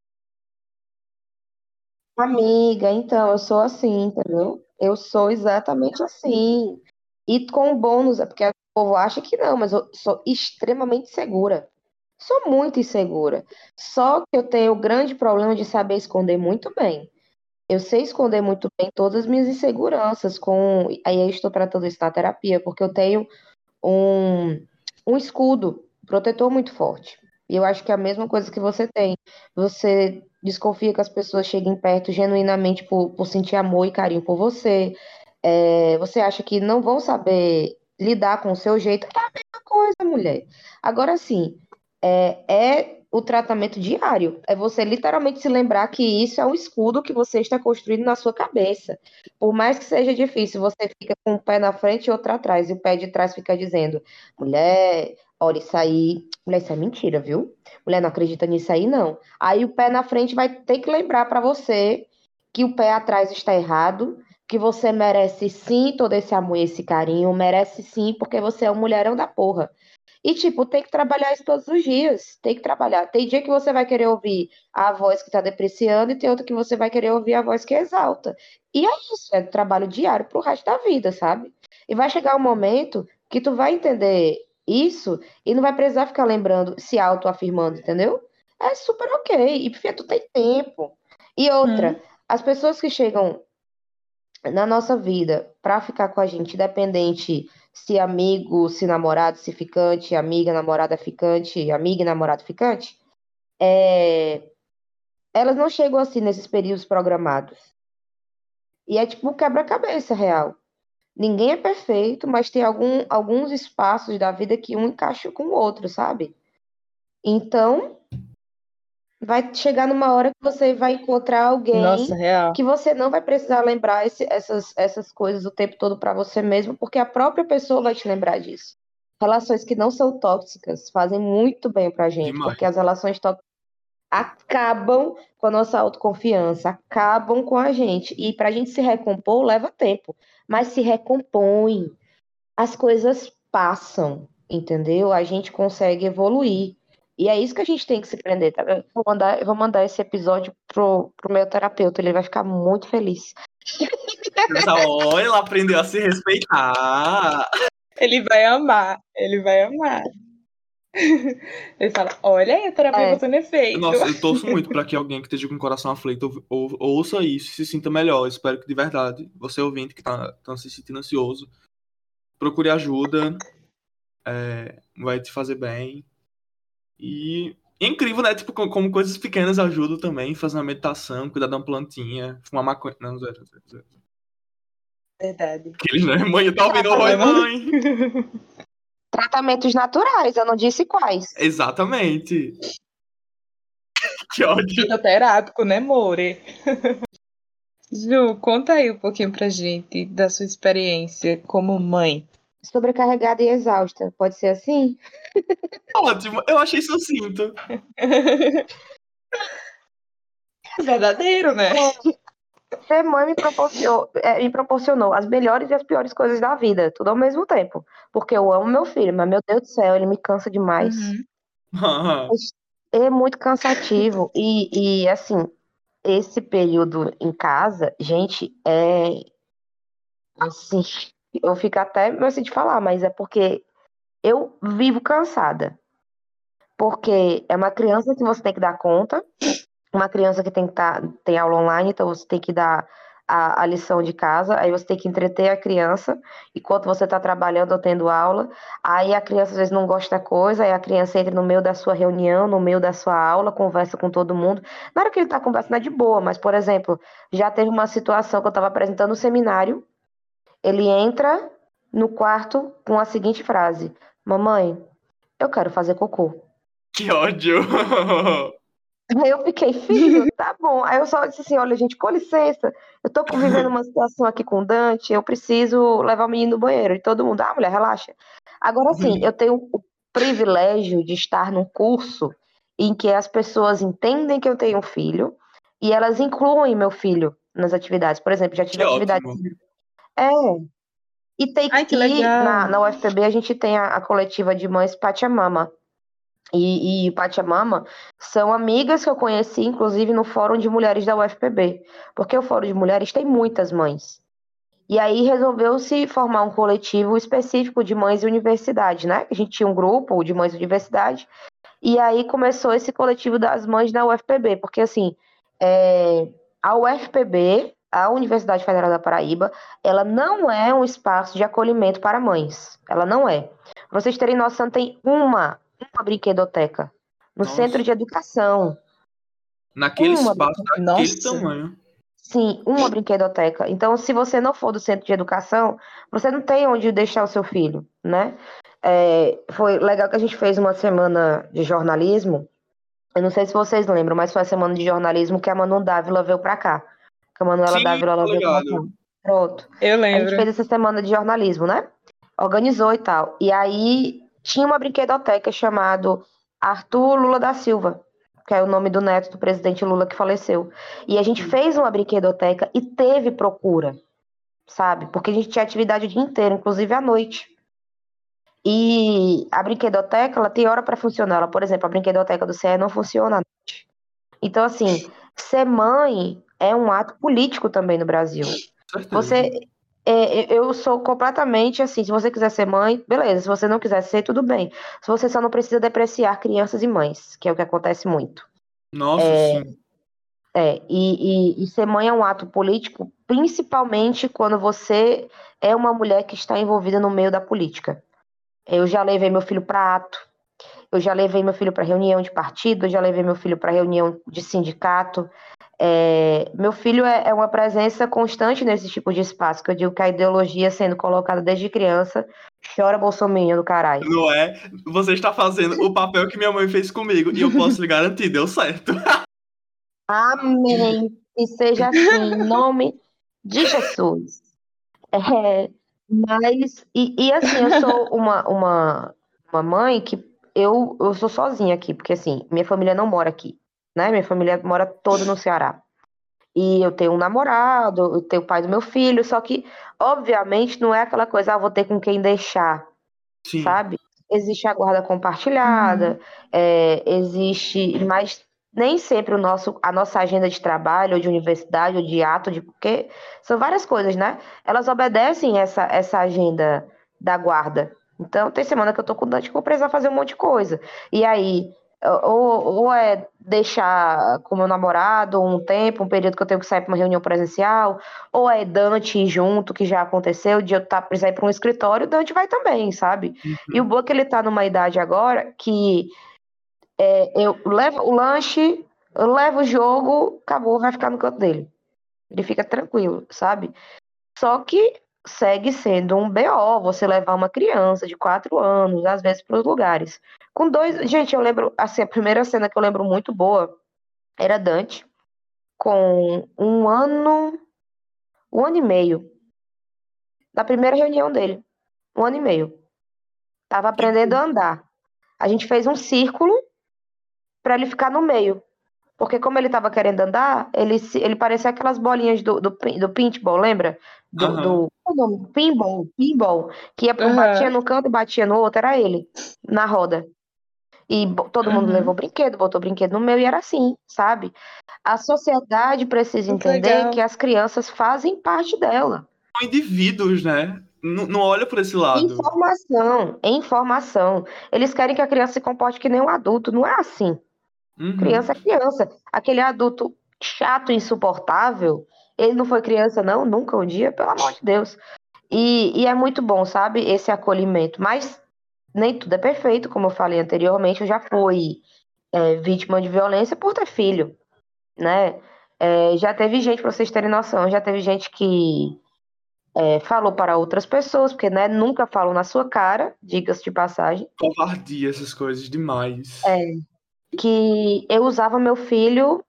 Amiga, então, eu sou assim, entendeu? Eu sou exatamente assim. E com bônus, é porque o povo acha que não, mas eu sou extremamente segura. Sou muito insegura. Só que eu tenho o grande problema de saber esconder muito bem. Eu sei esconder muito bem todas as minhas inseguranças com. Aí eu estou tratando isso na terapia, porque eu tenho um, um escudo protetor muito forte. E eu acho que é a mesma coisa que você tem. Você desconfia que as pessoas cheguem perto genuinamente por, por sentir amor e carinho por você. É, você acha que não vão saber lidar com o seu jeito. É a mesma coisa, mulher. Agora sim, é, é o tratamento diário. É você literalmente se lembrar que isso é um escudo que você está construindo na sua cabeça. Por mais que seja difícil, você fica com o pé na frente e outro atrás, e o pé de trás fica dizendo: mulher, olha, isso aí. Mulher, isso é mentira, viu? Mulher, não acredita nisso aí, não. Aí o pé na frente vai ter que lembrar para você que o pé atrás está errado, que você merece sim todo esse amor e esse carinho, merece sim, porque você é um mulherão da porra. E, tipo, tem que trabalhar isso todos os dias. Tem que trabalhar. Tem dia que você vai querer ouvir a voz que tá depreciando e tem outro que você vai querer ouvir a voz que exalta. E é isso, é trabalho diário pro resto da vida, sabe? E vai chegar um momento que tu vai entender isso e não vai precisar ficar lembrando, se autoafirmando, entendeu? É super ok. E, Fia, tu tem tempo. E outra, Hum. as pessoas que chegam na nossa vida pra ficar com a gente, independente se amigo, se namorado, se ficante, amiga, namorada, ficante, amiga e namorado ficante, é, elas não chegam assim nesses períodos programados. E é tipo um quebra-cabeça real. Ninguém é perfeito, mas tem algum, alguns espaços da vida que um encaixa com o outro, sabe? Então, vai chegar numa hora que você vai encontrar Nossa, alguém real. que você não vai precisar lembrar esse- essas, essas coisas o tempo todo para você mesmo, porque a própria pessoa vai te lembrar disso. Relações que não são tóxicas fazem muito bem pra gente, Demais. porque as relações tóxicas acabam com a nossa autoconfiança, acabam com a gente. E pra gente se recompor leva tempo, mas se recompõe. As coisas passam, entendeu? A gente consegue evoluir. E é isso que a gente tem que se prender, tá? Eu vou mandar, eu vou mandar esse episódio pro, pro meu terapeuta, ele vai ficar muito feliz. Olha, ela aprendeu a se respeitar. Ele vai amar, ele vai amar. Ele fala, olha aí a terapia É. fazendo efeito. Nossa, eu torço muito pra que alguém que esteja com o coração aflito ou, ou, ouça isso e se sinta melhor. Eu espero que de verdade, você ouvinte que tá, tá se sentindo ansioso, procure ajuda, é, vai te fazer bem. E é incrível, né? Tipo, como, como coisas pequenas ajudam também, fazer uma meditação, cuidar de uma plantinha, fumar maconha. Não, zero, zero, zero. Verdade. Aqueles, né? Mãe, tá ouvindo? Oi, mãe! Tratamentos naturais, eu não disse quais. Exatamente. Que ódio. Fitoterápico, né, More? Ju, conta aí um pouquinho pra gente da sua experiência como mãe. Sobrecarregada e exausta, pode ser assim? Ótimo, eu achei sucinto. Verdadeiro, né? Ser mãe me proporcionou, é, me proporcionou as melhores e as piores coisas da vida, tudo ao mesmo tempo. Porque eu amo meu filho, mas meu Deus do céu, ele me cansa demais. Uhum. É muito cansativo. E, e, assim, esse período em casa, gente, é. Assim, eu fico até meio assim de falar, mas é porque eu vivo cansada. Porque é uma criança que você tem que dar conta, uma criança que tem que tá, tem aula online, então você tem que dar a, a lição de casa, aí você tem que entreter a criança enquanto você está trabalhando ou tendo aula, aí a criança às vezes não gosta da coisa, aí a criança entra no meio da sua reunião, no meio da sua aula, conversa com todo mundo. Na hora que ele está conversando é de boa, mas, por exemplo, já teve uma situação que eu estava apresentando no seminário, ele entra no quarto com a seguinte frase: mamãe, eu quero fazer cocô. Que ódio! Aí eu fiquei, filho, tá bom. Aí eu só disse assim, olha, gente, com licença, eu tô vivendo uma situação aqui com o Dante, eu preciso levar o menino no banheiro. E todo mundo, ah, mulher, relaxa. Agora sim, eu tenho o privilégio de estar num curso em que as pessoas entendem que eu tenho um filho e elas incluem meu filho nas atividades. Por exemplo, já tive Que atividade... ótimo. É. E tem Ai, que e legal. na, na U F P B a gente tem a, a coletiva de mães Pachamama. E, e Pachamama são amigas que eu conheci, inclusive, no Fórum de Mulheres da U F P B. Porque o Fórum de Mulheres tem muitas mães. E aí resolveu-se formar um coletivo específico de mães de universidade, né? A gente tinha um grupo de mães de universidade. E aí começou esse coletivo das mães da U F P B. Porque, assim, é, a U F P B, a Universidade Federal da Paraíba, ela não é um espaço de acolhimento para mães. Ela não é. Pra vocês terem noção, tem uma uma brinquedoteca no Nossa. Centro de Educação. Naquele Uma espaço, daquele Nossa. tamanho. Sim, uma brinquedoteca. Então, se você não for do Centro de Educação, você não tem onde deixar o seu filho, né? É, foi legal que a gente fez uma semana de jornalismo. Eu não sei se vocês lembram, mas foi a semana de jornalismo que a Manu Dávila veio pra cá. Que a Manuela Sim, Dávila ela tô veio pra ligado. cá. Pronto. Eu A gente lembro. fez essa semana de jornalismo, né? Organizou e tal. E aí tinha uma brinquedoteca chamado Arthur Lula da Silva, que é o nome do neto do presidente Lula que faleceu. E a gente fez uma brinquedoteca e teve procura, sabe? Porque a gente tinha atividade o dia inteiro, inclusive à noite. E a brinquedoteca, ela tem hora para funcionar. Ela, por exemplo, a brinquedoteca do C E não funciona à noite. Então, assim, ser mãe é um ato político também no Brasil. Certeza. Você, é, eu sou completamente assim, se você quiser ser mãe, beleza. Se você não quiser ser, tudo bem. Se você só não precisa depreciar crianças e mães, que é o que acontece muito. Nossa, É, sim. é e, e, e ser mãe é um ato político, principalmente quando você é uma mulher que está envolvida no meio da política. Eu já levei meu filho para ato, eu já levei meu filho para reunião de partido, eu já levei meu filho para reunião de sindicato. É, meu filho é, é uma presença constante nesse tipo de espaço, que eu digo que a ideologia sendo colocada desde criança, chora bolsominion do caralho. Não é? Você está fazendo o papel que minha mãe fez comigo e eu posso lhe garantir, deu certo. Amém. E seja assim, em nome de Jesus. É, mas, e, e assim, eu sou uma, uma, uma mãe que eu, eu sou sozinha aqui, porque assim, minha família não mora aqui, né? Minha família mora toda no Ceará. E eu tenho um namorado, eu tenho o pai do meu filho, só que, obviamente, não é aquela coisa, ah, vou ter com quem deixar, Sim. sabe? existe a guarda compartilhada, Uhum. é, existe, mas nem sempre o nosso, a nossa agenda de trabalho, ou de universidade, ou de ato, de porque são várias coisas, né? Elas obedecem essa, essa agenda da guarda. Então, tem semana que eu tô com Dante que eu vou precisar fazer um monte de coisa. E aí, ou, ou é deixar com meu namorado um tempo, um período que eu tenho que sair para uma reunião presencial, ou é Dante ir junto, que já aconteceu, de eu tá, precisar ir para um escritório, Dante vai também, sabe? E o bom é que ele tá numa idade agora que é, eu levo o lanche, eu levo o jogo, acabou, vai ficar no canto dele. Ele fica tranquilo, sabe? Só que segue sendo um B O você levar uma criança de quatro anos, às vezes, para os lugares. Com dois. Gente, eu lembro, assim, a primeira cena que eu lembro muito boa era Dante, com um ano, um ano e meio, na primeira reunião dele. Um ano e meio. Tava aprendendo a andar. A gente fez um círculo para ele ficar no meio. Porque como ele tava querendo andar, ele, se- ele parecia aquelas bolinhas do, do, pin- do paintball, lembra? Do, Aham. do, qual é o nome? Pinball, pinball, que ia, batia Aham. no canto e batia no outro, era ele, na roda. E bo- todo mundo levou Uhum. brinquedo, botou brinquedo no meio e era assim, sabe? A sociedade precisa Muito entender que legal. as crianças fazem parte dela. São indivíduos, né? N- não olha por esse lado. Informação, informação. Eles querem que a criança se comporte que nem um adulto, não é assim. Uhum. Criança é criança. Aquele adulto chato, insuportável, ele não foi criança, não? Nunca um dia, pelo amor de Deus. E, e é muito bom, sabe? Esse acolhimento. Mas nem tudo é perfeito, como eu falei anteriormente. Eu já fui é, vítima de violência por ter filho, né? É, já teve gente, pra vocês terem noção, já teve gente que é, falou para outras pessoas, porque né, nunca falam na sua cara, diga-se de passagem, Covardia, essas coisas demais. é, que eu usava meu filho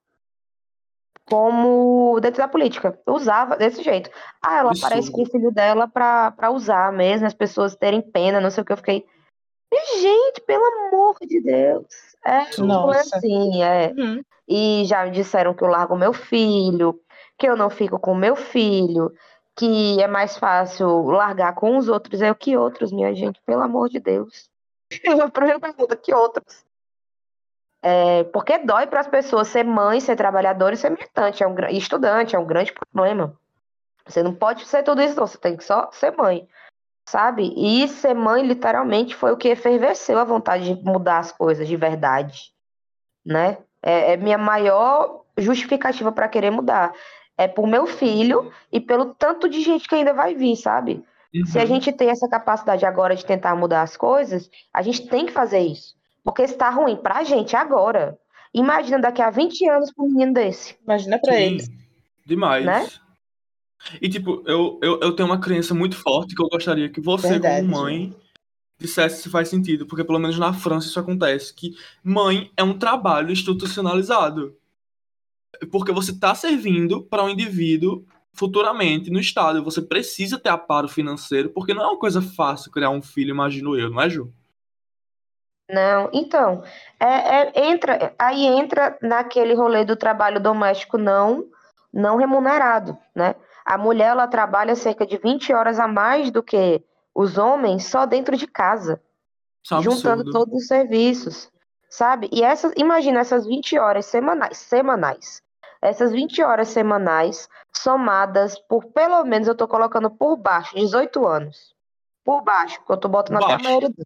como dentro da política. Eu usava desse jeito. Ah, ela aparece com Absurdo. o filho dela pra, pra usar mesmo, as pessoas terem pena, não sei o que. Eu fiquei, gente, pelo amor de Deus. É, não Absurdo. é Nossa. assim, é. Uhum. E já me disseram que eu largo meu filho, que eu não fico com meu filho, que é mais fácil largar com os outros. É o que outros, minha gente, pelo amor de Deus. A primeira pergunta, que outros? É, porque dói para as pessoas ser mãe, ser trabalhadora e ser militante, é um, gra- e estudante, é um grande problema. Você não pode ser tudo isso, não, você tem que só ser mãe, sabe? E ser mãe, literalmente, foi o que efervesceu a vontade de mudar as coisas de verdade, né? É, é minha maior justificativa para querer mudar. É por meu filho e pelo tanto de gente que ainda vai vir, sabe? Se a Uhum. gente tem essa capacidade agora de tentar mudar as coisas, a gente tem que fazer isso. Porque está ruim pra gente agora. Imagina daqui a vinte anos para um menino desse, Imagina pra eles. Sim, né? demais. E tipo, eu, eu, eu tenho uma crença muito forte que eu gostaria que você, como Verdade. mãe, dissesse se faz sentido, porque pelo menos na França isso acontece, que mãe é um trabalho institucionalizado. Porque você está servindo para um indivíduo futuramente no Estado. Você precisa ter aparo financeiro, porque não é uma coisa fácil criar um filho, imagino eu, não é, Ju? Não, então, é, é- entra, aí entra naquele rolê do trabalho doméstico não, não remunerado, né? A mulher, ela trabalha cerca de vinte horas a mais do que os homens só dentro de casa, Isso é um juntando absurdo. todos os serviços, sabe? E essas, imagina essas vinte horas semanais, semanais, essas vinte horas semanais somadas por, pelo menos, eu tô colocando por baixo, dezoito anos. Por baixo, que eu tô botando até a Baixo. maioria.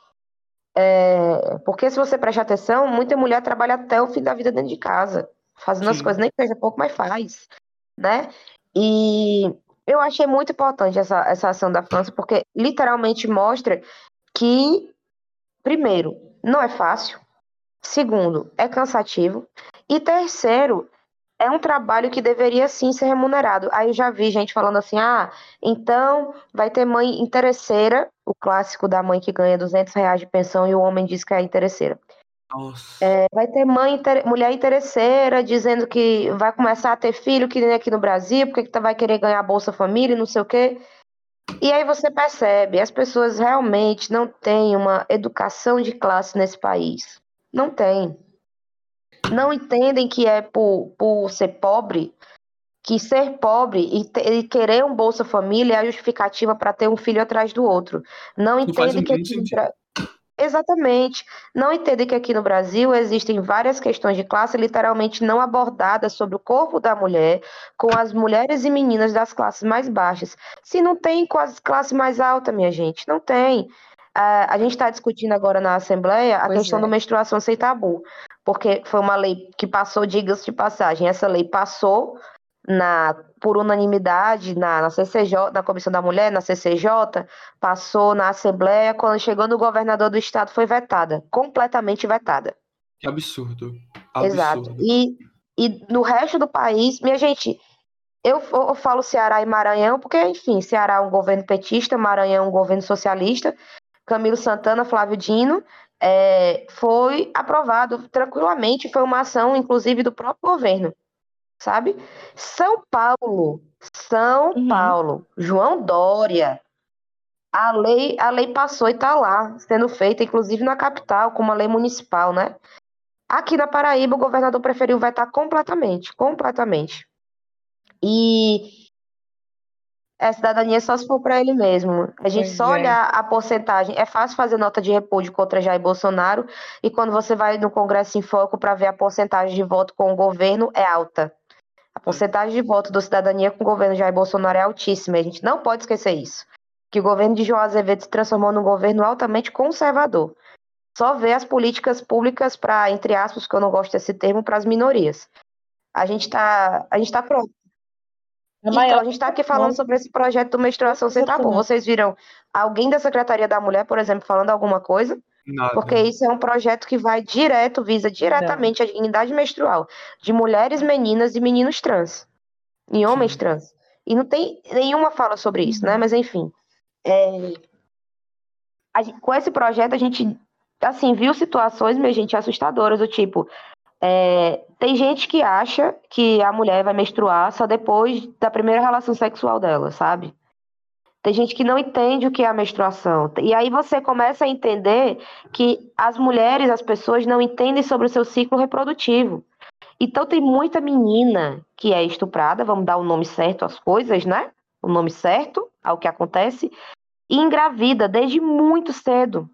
É, porque se você prestar atenção, muita mulher trabalha até o fim da vida dentro de casa, fazendo as coisas, Sim. nem que seja pouco, mas faz, né? E eu achei muito importante essa, essa ação da França, porque literalmente mostra que, primeiro, não é fácil, segundo, é cansativo, e terceiro, é um trabalho que deveria sim ser remunerado. Aí eu já vi gente falando assim: ah, então vai ter mãe interesseira, o clássico da mãe que ganha duzentos reais de pensão e o homem diz que é interesseira. Nossa. Vai ter mãe, inter- mulher interesseira dizendo que vai começar a ter filho que nem aqui no Brasil, porque que tá- vai querer ganhar Bolsa Família e não sei o quê. E aí você percebe, as pessoas realmente não têm uma educação de classe nesse país. Não tem. Não entendem que é por, por ser pobre que ser pobre e, te- e querer um Bolsa Família é a justificativa para ter um filho atrás do outro. Não Não faz o entende que mínimo aqui no, sentido. Bra- Exatamente. Não entendem que aqui no Brasil existem várias questões de classe literalmente não abordadas sobre o corpo da mulher com as mulheres e meninas das classes mais baixas. Se não tem com as classes mais altas, minha gente, não tem. Ah, a gente está discutindo agora na Assembleia a Pois questão é. da menstruação sem tabu, porque foi uma lei que passou, diga-se de passagem, essa lei passou na, por unanimidade na, na C C J, na Comissão da Mulher, na C C J, passou na Assembleia, quando chegou no governador do estado foi vetada, completamente vetada. Que absurdo. Exato. Absurdo. E, e no resto do país, minha gente, eu, eu falo Ceará e Maranhão, porque, enfim, Ceará é um governo petista, Maranhão é um governo socialista, Camilo Santana, Flávio Dino, é, foi aprovado tranquilamente, foi uma ação, inclusive, do próprio governo, sabe? São Paulo, São Uhum. Paulo, João Dória, a lei, a lei passou e está lá, sendo feita, inclusive na capital, com uma lei municipal, né? Aqui na Paraíba, o governador preferiu vetar completamente, completamente. E é cidadania só se for para ele mesmo. A gente Pois só é. olhar a porcentagem. É fácil fazer nota de repúdio contra Jair Bolsonaro, e quando você vai no Congresso em Foco para ver a porcentagem de voto com o governo, é alta. A porcentagem de voto do cidadania com o governo Jair Bolsonaro é altíssima. A gente não pode esquecer isso. Que o governo de João Azevedo se transformou num governo altamente conservador. Só vê as políticas públicas para, entre aspas, que eu não gosto desse termo, para as minorias. A gente está a gente tá pronto. A Então, maior a gente está aqui falando sobre esse projeto do menstruação sem tabu. Vocês viram alguém da Secretaria da Mulher, por exemplo, falando alguma coisa? Nada. Porque isso é um projeto que vai direto, visa diretamente a dignidade menstrual de mulheres, meninas e meninos trans. E homens Sim. trans. E não tem nenhuma fala sobre isso, né? Mas, enfim. é, a gente- com esse projeto, a gente, assim, viu situações, minha gente, assustadoras, do tipo... é, tem gente que acha que a mulher vai menstruar só depois da primeira relação sexual dela, sabe? Tem gente que não entende o que é a menstruação. E aí você começa a entender que as mulheres, as pessoas não entendem sobre o seu ciclo reprodutivo. Então tem muita menina que é estuprada, vamos dar o nome certo às coisas, né? O nome certo ao que acontece, e engravida desde muito cedo.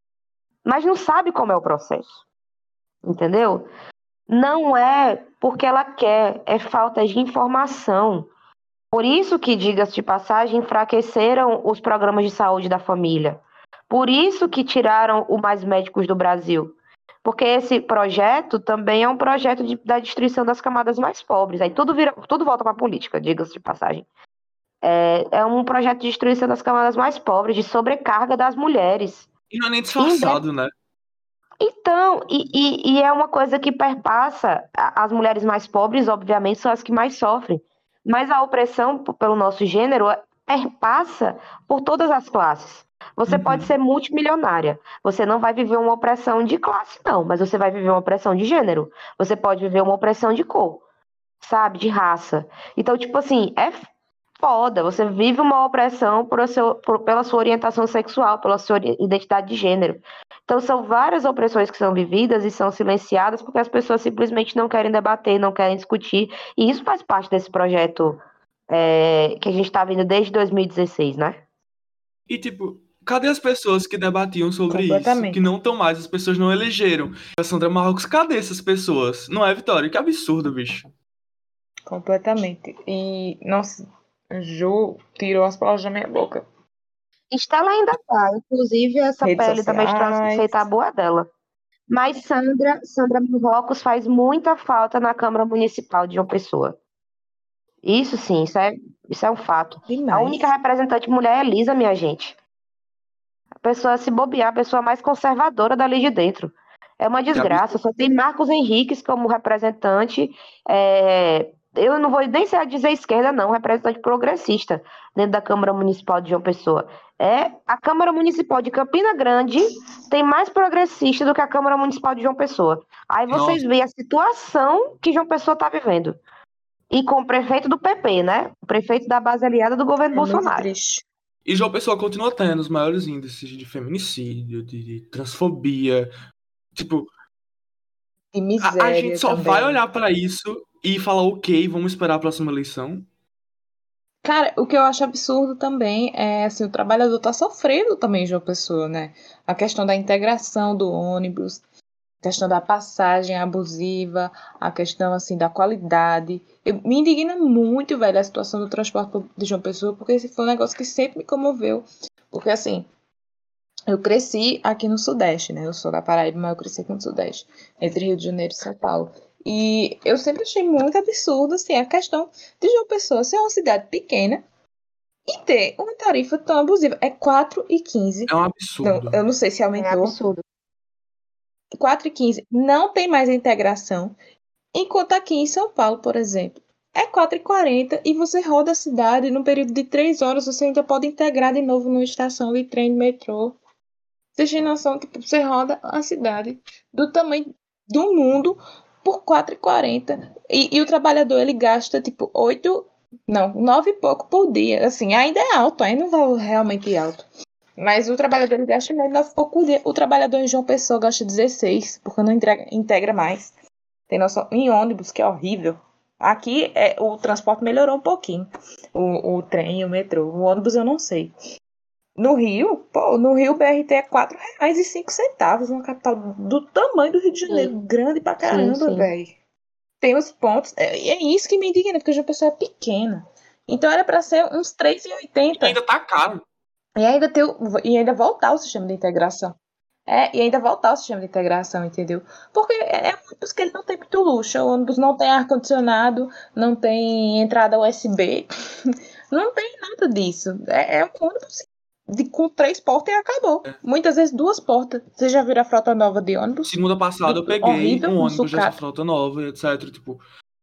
Mas não sabe como é o processo. Entendeu? Não é porque ela quer, é falta de informação. Por isso que, diga-se de passagem, enfraqueceram os programas de saúde da família. Por isso que tiraram o Mais Médicos do Brasil. Porque esse projeto também é um projeto de, da destruição das camadas mais pobres. Aí tudo, vira, tudo volta para a política, diga-se de passagem. É, é um projeto de destruição das camadas mais pobres, de sobrecarga das mulheres. E não é nem disfarçado, né? Então, e, e, e é uma coisa que perpassa as mulheres mais pobres, obviamente, são as que mais sofrem. Mas a opressão p- pelo nosso gênero perpassa por todas as classes. Você Uhum. pode ser multimilionária, você não vai viver uma opressão de classe, não, mas você vai viver uma opressão de gênero. Você pode viver uma opressão de cor, sabe, de raça. Então, tipo assim, é foda. Você vive uma opressão por seu, por, pela sua orientação sexual, pela sua ori- identidade de gênero. Então, são várias opressões que são vividas e são silenciadas porque as pessoas simplesmente não querem debater, não querem discutir. E isso faz parte desse projeto é, que a gente está vendo desde dois mil e dezesseis, né? E, tipo, cadê as pessoas que debatiam sobre isso? Completamente. Que não estão mais, as pessoas não elegeram. A Sandra Marrocos, cadê essas pessoas? Não é, Vitória? Que absurdo, bicho. Completamente. E, nossa, Ju tirou as palavras da minha boca. Estela ainda tá, inclusive essa Redes pele da menstruação sociais. sem tabu é dela. Mas Sandra, Sandra Marrocos faz muita falta na Câmara Municipal de João Pessoa. Isso sim, isso é, isso é um fato. A Demais. única representante mulher é Elisa, minha gente. A pessoa se bobear, a pessoa mais conservadora dali de dentro. É uma desgraça. Só tem Marcos Henriques como representante. é, Eu não vou nem ser a dizer esquerda, não, representante progressista dentro da Câmara Municipal de João Pessoa. É, a Câmara Municipal de Campina Grande tem mais progressista do que a Câmara Municipal de João Pessoa. Aí vocês veem a situação que João Pessoa está vivendo. E com o prefeito do P P, né? O prefeito da base aliada do governo É muito Bolsonaro. triste. E João Pessoa continua tendo os maiores índices de feminicídio, de, de transfobia. Tipo, De a, miséria a gente só também. vai olhar pra isso e falar, ok, vamos esperar a próxima eleição. Cara, o que eu acho absurdo também é assim, o trabalhador tá sofrendo também, João Pessoa, né? A questão da integração do ônibus, a questão da passagem abusiva, a questão assim da qualidade. Eu, me indigna muito, velho, a situação do transporte de João Pessoa, porque esse foi um negócio que sempre me comoveu. Porque assim, eu cresci aqui no Sudeste, né? Eu sou da Paraíba, mas eu cresci aqui no Sudeste, entre Rio de Janeiro e São Paulo. E eu sempre achei muito absurdo assim, a questão de João Pessoa ser uma cidade pequena e ter uma tarifa tão abusiva. É quatro e quinze. É um Não, absurdo. eu não sei se É aumentou. absurdo. quatro e quinze. Não tem mais a integração. Enquanto aqui em São Paulo, por exemplo, é quatro e quarenta e você roda a cidade num período de três horas, você ainda pode integrar de novo numa estação de trem de metrô. Vocês têm noção que você roda a cidade do tamanho do mundo por quatro e quarenta. E, e o trabalhador, ele gasta, tipo, oito... Não, nove e pouco por dia. Assim, ainda é alto, ainda não vai realmente alto. Mas o trabalhador, ele gasta menos nove e pouco por dia. O trabalhador em João Pessoa gasta dezesseis, porque não integra, integra mais. Tem noção? Em ônibus, que é horrível. Aqui, é, o transporte melhorou um pouquinho. O, o trem, o metrô. O ônibus, eu não sei. No Rio, pô, no Rio o B R T é quatro reais e cinco centavos, uma capital do tamanho do Rio de Janeiro, Sim, grande pra sim, caramba, sim. velho. Tem os pontos, é, e é isso que me indigna, porque a pessoa é pequena. Então era pra ser uns três e E oitenta ainda tá caro. e ainda ter o- e ainda voltar o sistema de integração. É, e ainda voltar o sistema de integração, entendeu? Porque é é um ônibus que ele não tem muito luxo, o ônibus não tem ar-condicionado, não tem entrada U S B, não tem nada disso. É, é um ônibus de, com três portas e acabou. Muitas vezes duas portas. Você já viu a frota nova de ônibus? Segunda passada eu Do- peguei horrível, um um ônibus dessa sucata. frota nova, etc. Tipo,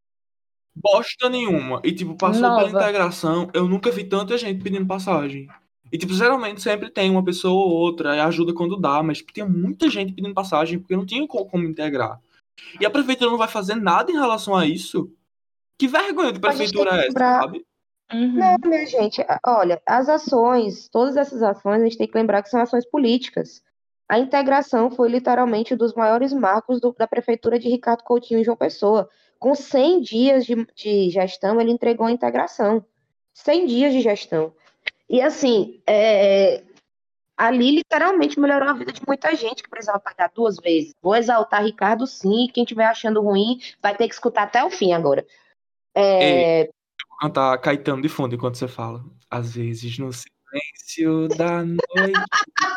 bosta nenhuma. E, tipo, passou pela Nova. integração, eu nunca vi tanta gente pedindo passagem. E, tipo, geralmente sempre tem uma pessoa ou outra, e ajuda quando dá, mas tipo, tem muita gente pedindo passagem porque não tinha co- como integrar. E a prefeitura não vai fazer nada em relação a isso? Que vergonha de A gente tem prefeitura que é essa, lembrar. sabe? Não, Uhum. minha gente, a- olha, as ações, todas essas ações, a gente tem que lembrar que são ações políticas. A integração foi literalmente um dos maiores marcos do- da prefeitura de Ricardo Coutinho em João Pessoa. Com cem dias de, de gestão, ele entregou a integração. cem dias de gestão. E assim, é, ali literalmente melhorou a vida de muita gente que precisava pagar duas vezes. Vou exaltar Ricardo, sim. Quem estiver achando ruim vai ter que escutar até o fim agora. Ei, É, vou cantar Caetano de fundo enquanto você fala. Às vezes no silêncio da noite.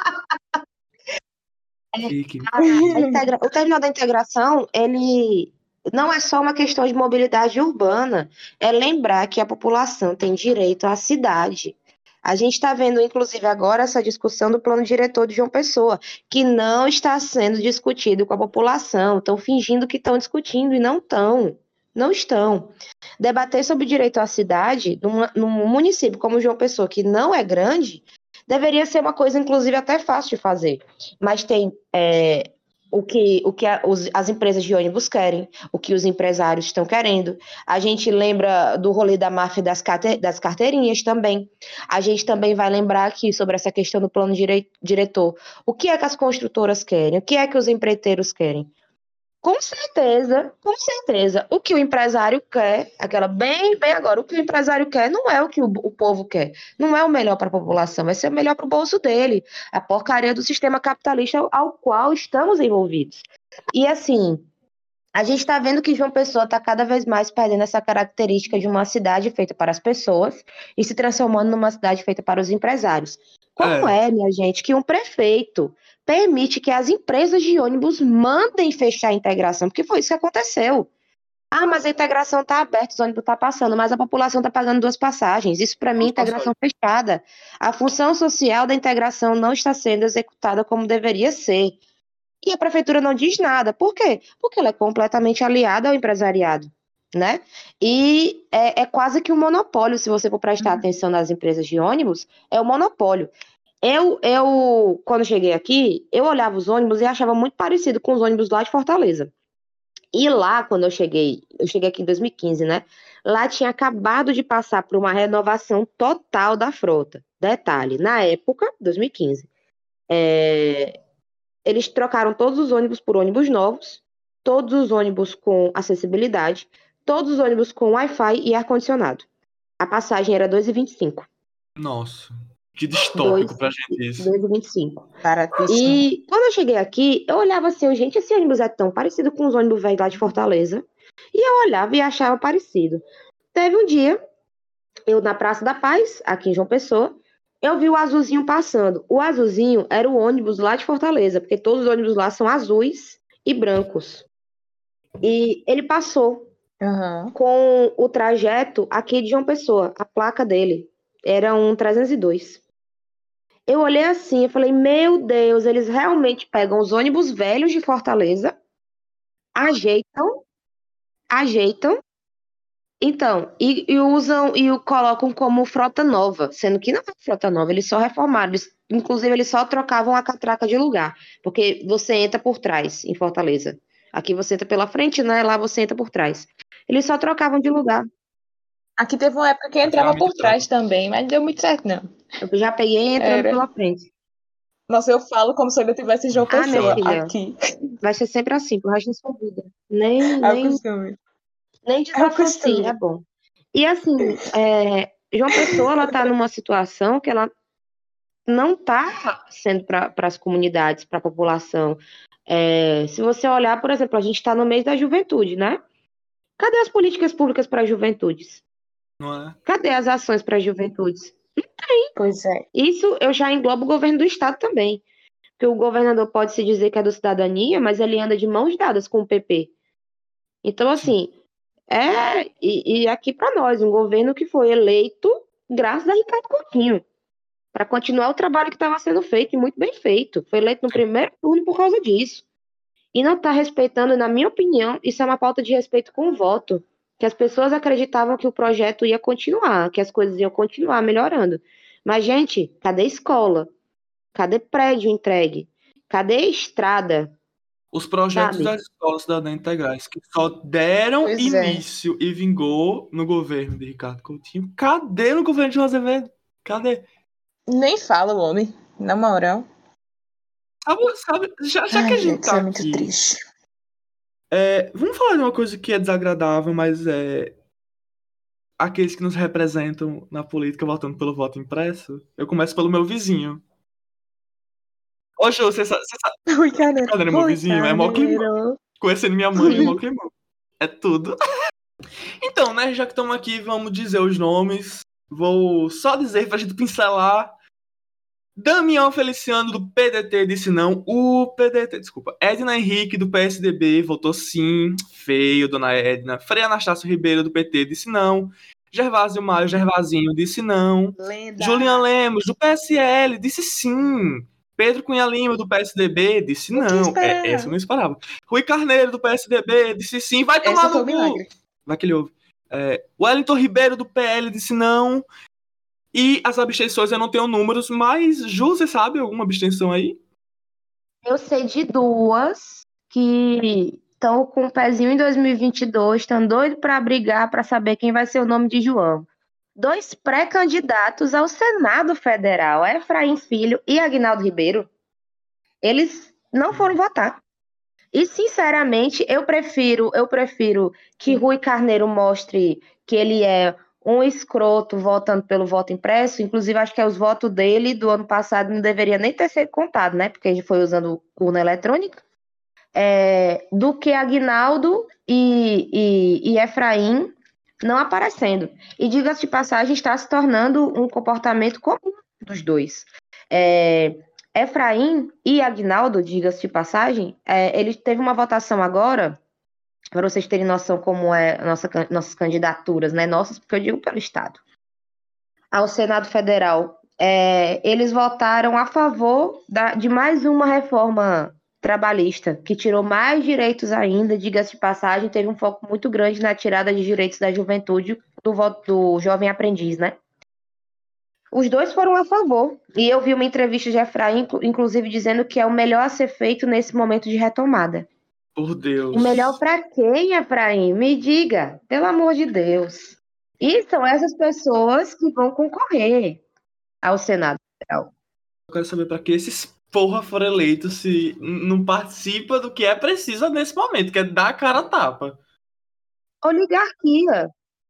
Fique. a integra- O terminal da integração, ele não é só uma questão de mobilidade urbana, é lembrar que a população tem direito à cidade. A gente está vendo, inclusive, agora essa discussão do plano diretor de João Pessoa, que não está sendo discutido com a população. Estão fingindo que estão discutindo e não estão. Não estão. Debater sobre o direito à cidade numa- num município como João Pessoa, que não é grande, deveria ser uma coisa, inclusive, até fácil de fazer. Mas tem é, o que, o que a- os- as empresas de ônibus querem, o que os empresários estão querendo. A gente lembra do rolê da máfia das, carte- das carteirinhas também. A gente também vai lembrar aqui sobre essa questão do plano direi- diretor. O que é que as construtoras querem? O que é que os empreiteiros querem? Com certeza, com certeza. O que o empresário quer, aquela bem, bem agora, o que o empresário quer não é o que o, o povo quer. Não é o melhor para a população, vai ser o melhor para o bolso dele. A porcaria do sistema capitalista ao, ao qual estamos envolvidos. E assim, a gente está vendo que João Pessoa está cada vez mais perdendo essa característica de uma cidade feita para as pessoas e se transformando numa cidade feita para os empresários. Como É, é, minha gente, que um prefeito permite que as empresas de ônibus mandem fechar a integração? Porque foi isso que aconteceu. Ah, mas a integração está aberta, os ônibus estão passando, mas a população está pagando duas passagens. Isso, para mim, é duas integração passagens. fechada. A função social da integração não está sendo executada como deveria ser. E a prefeitura não diz nada. Por quê? Porque ela é completamente aliada ao empresariado, né? E é, é quase que um monopólio, se você for prestar atenção nas empresas de ônibus, é um monopólio. Eu, eu, quando cheguei aqui, eu olhava os ônibus e achava muito parecido com os ônibus lá de Fortaleza. E lá, quando eu cheguei, eu cheguei aqui em dois mil e quinze, né? Lá tinha acabado de passar por uma renovação total da frota. Detalhe, na época, dois mil e quinze, é, eles trocaram todos os ônibus por ônibus novos, todos os ônibus com acessibilidade, todos os ônibus com Wi-Fi e ar-condicionado. A passagem era dois reais e vinte e cinco centavos. Nossa, que distópico Dois- pra gente isso. dois reais e vinte e cinco centavos. Baratíssimo. E quando eu cheguei aqui, eu olhava assim, eu, gente, esse ônibus é tão parecido com os ônibus velhos lá de Fortaleza. E eu olhava e achava parecido. Teve um dia, eu na Praça da Paz, aqui em João Pessoa, eu vi o azulzinho passando. O azulzinho era o ônibus lá de Fortaleza, porque todos os ônibus lá são azuis e brancos. E ele passou Aham. com o trajeto aqui de João Pessoa, a placa dele era um trezentos e dois. Eu olhei assim e falei, meu Deus, eles realmente pegam os ônibus velhos de Fortaleza, ajeitam, ajeitam, então, e, e usam e o colocam como frota nova, sendo que não é frota nova, eles só reformaram, eles, inclusive eles só trocavam a catraca de lugar, porque você entra por trás em Fortaleza. Aqui você entra pela frente, né? Lá você entra por trás. Eles só trocavam de lugar. Aqui teve uma época que entrava por trás também, mas não deu muito certo, não. Eu já peguei entrando Era. pela frente. Nossa, eu falo como se eu ainda tivesse João Ah, minha Pessoa filha. aqui. Vai ser sempre assim, pro resto da sua vida. Nem, É o nem, costume. nem É o desassocie, costume. é bom. E assim, é, João Pessoa, ela tá numa situação que ela não tá sendo para as comunidades, para a população. É, se você olhar, por exemplo, a gente está no mês da juventude, né? Cadê as políticas públicas para as juventudes? Não é? Cadê as ações para as juventudes? Pois é. Isso eu já englobo o governo do estado também. Porque o governador pode se dizer que é do cidadania, mas ele anda de mãos dadas com o P P. Então, assim, é. E, e aqui para nós, um governo que foi eleito graças a Ricardo Coutinho, para continuar o trabalho que estava sendo feito, e muito bem feito. Foi eleito no primeiro turno por causa disso. E não está respeitando, na minha opinião, isso é uma falta de respeito com o voto. Que as pessoas acreditavam que o projeto ia continuar, que as coisas iam continuar melhorando. Mas, gente, cadê escola? Cadê prédio entregue? Cadê estrada? Os projetos Sabe? das escolas cidadãs integrais que só deram Pois é. início e vingou no governo de Ricardo Coutinho. Cadê no governo de José Azevedo? Cadê? Nem fala o homem, na moral. Sabe, sabe, já, já que a Ai, gente gente, tá isso é muito aqui, triste. é, vamos falar de uma coisa que é desagradável, mas é aqueles que nos representam na política votando pelo voto impresso. Eu começo pelo meu vizinho. Ô, Ju, você sabe, você sabe Ui, Carneiro. cadê meu Ui, vizinho? É mó climão. Carneiro. Conhecendo minha mãe, é mó climão. É tudo. Então, né, já que estamos aqui, vamos dizer os nomes. Vou só dizer pra gente pincelar. Damião Feliciano, do P D T, disse não. O P D T, desculpa. Edna Henrique, do P S D B, votou sim. Feio, dona Edna. Frei Anastácio Ribeiro, do P T, disse não. Gervásio Mário Gervazinho, disse não. Lenda. Julian Lemos, do P S L, disse sim. Pedro Cunha Lima, do P S D B, disse O que não. esperar? É, essa eu não esperava. Rui Carneiro, do P S D B, disse sim. Vai tomar Essa foi no um cu. milagre. Vai que ele ouve. É, Wellington Ribeiro, do P L, disse não. E as abstenções eu não tenho números, mas Ju, você sabe alguma abstenção aí? Eu sei de duas que estão com o pezinho em dois mil e vinte e dois, estão doidos para brigar para saber quem vai ser o nome de João. Dois pré-candidatos ao Senado Federal, Efraim Filho e Aguinaldo Ribeiro, eles não foram votar. E, sinceramente, eu prefiro, eu prefiro que Rui Carneiro mostre que ele é um escroto votando pelo voto impresso. Inclusive, acho que é os votos dele do ano passado não deveria nem ter sido contado, né? Porque a gente foi usando urna eletrônica. É, do que Aguinaldo e, e, e Efraim não aparecendo. E, diga-se de passagem, está se tornando um comportamento comum dos dois. É, Efraim e Aguinaldo, diga-se de passagem, é, ele teve uma votação agora, para vocês terem noção como é nossa, nossas candidaturas, né? Nossas, porque eu digo pelo Estado. Ao Senado Federal, é, eles votaram a favor da, de mais uma reforma trabalhista, que tirou mais direitos ainda, diga-se de passagem, teve um foco muito grande na tirada de direitos da juventude do voto do jovem aprendiz, né? Os dois foram a favor. E eu vi uma entrevista de Efraim, inclusive, dizendo que é o melhor a ser feito nesse momento de retomada. Por Deus. O melhor para quem, Efraim? Me diga, pelo amor de Deus. E são essas pessoas que vão concorrer ao Senado Federal. Eu quero saber para que esses porra foram eleitos se não participa do que é preciso nesse momento, que é dar a cara a tapa. Oligarquia.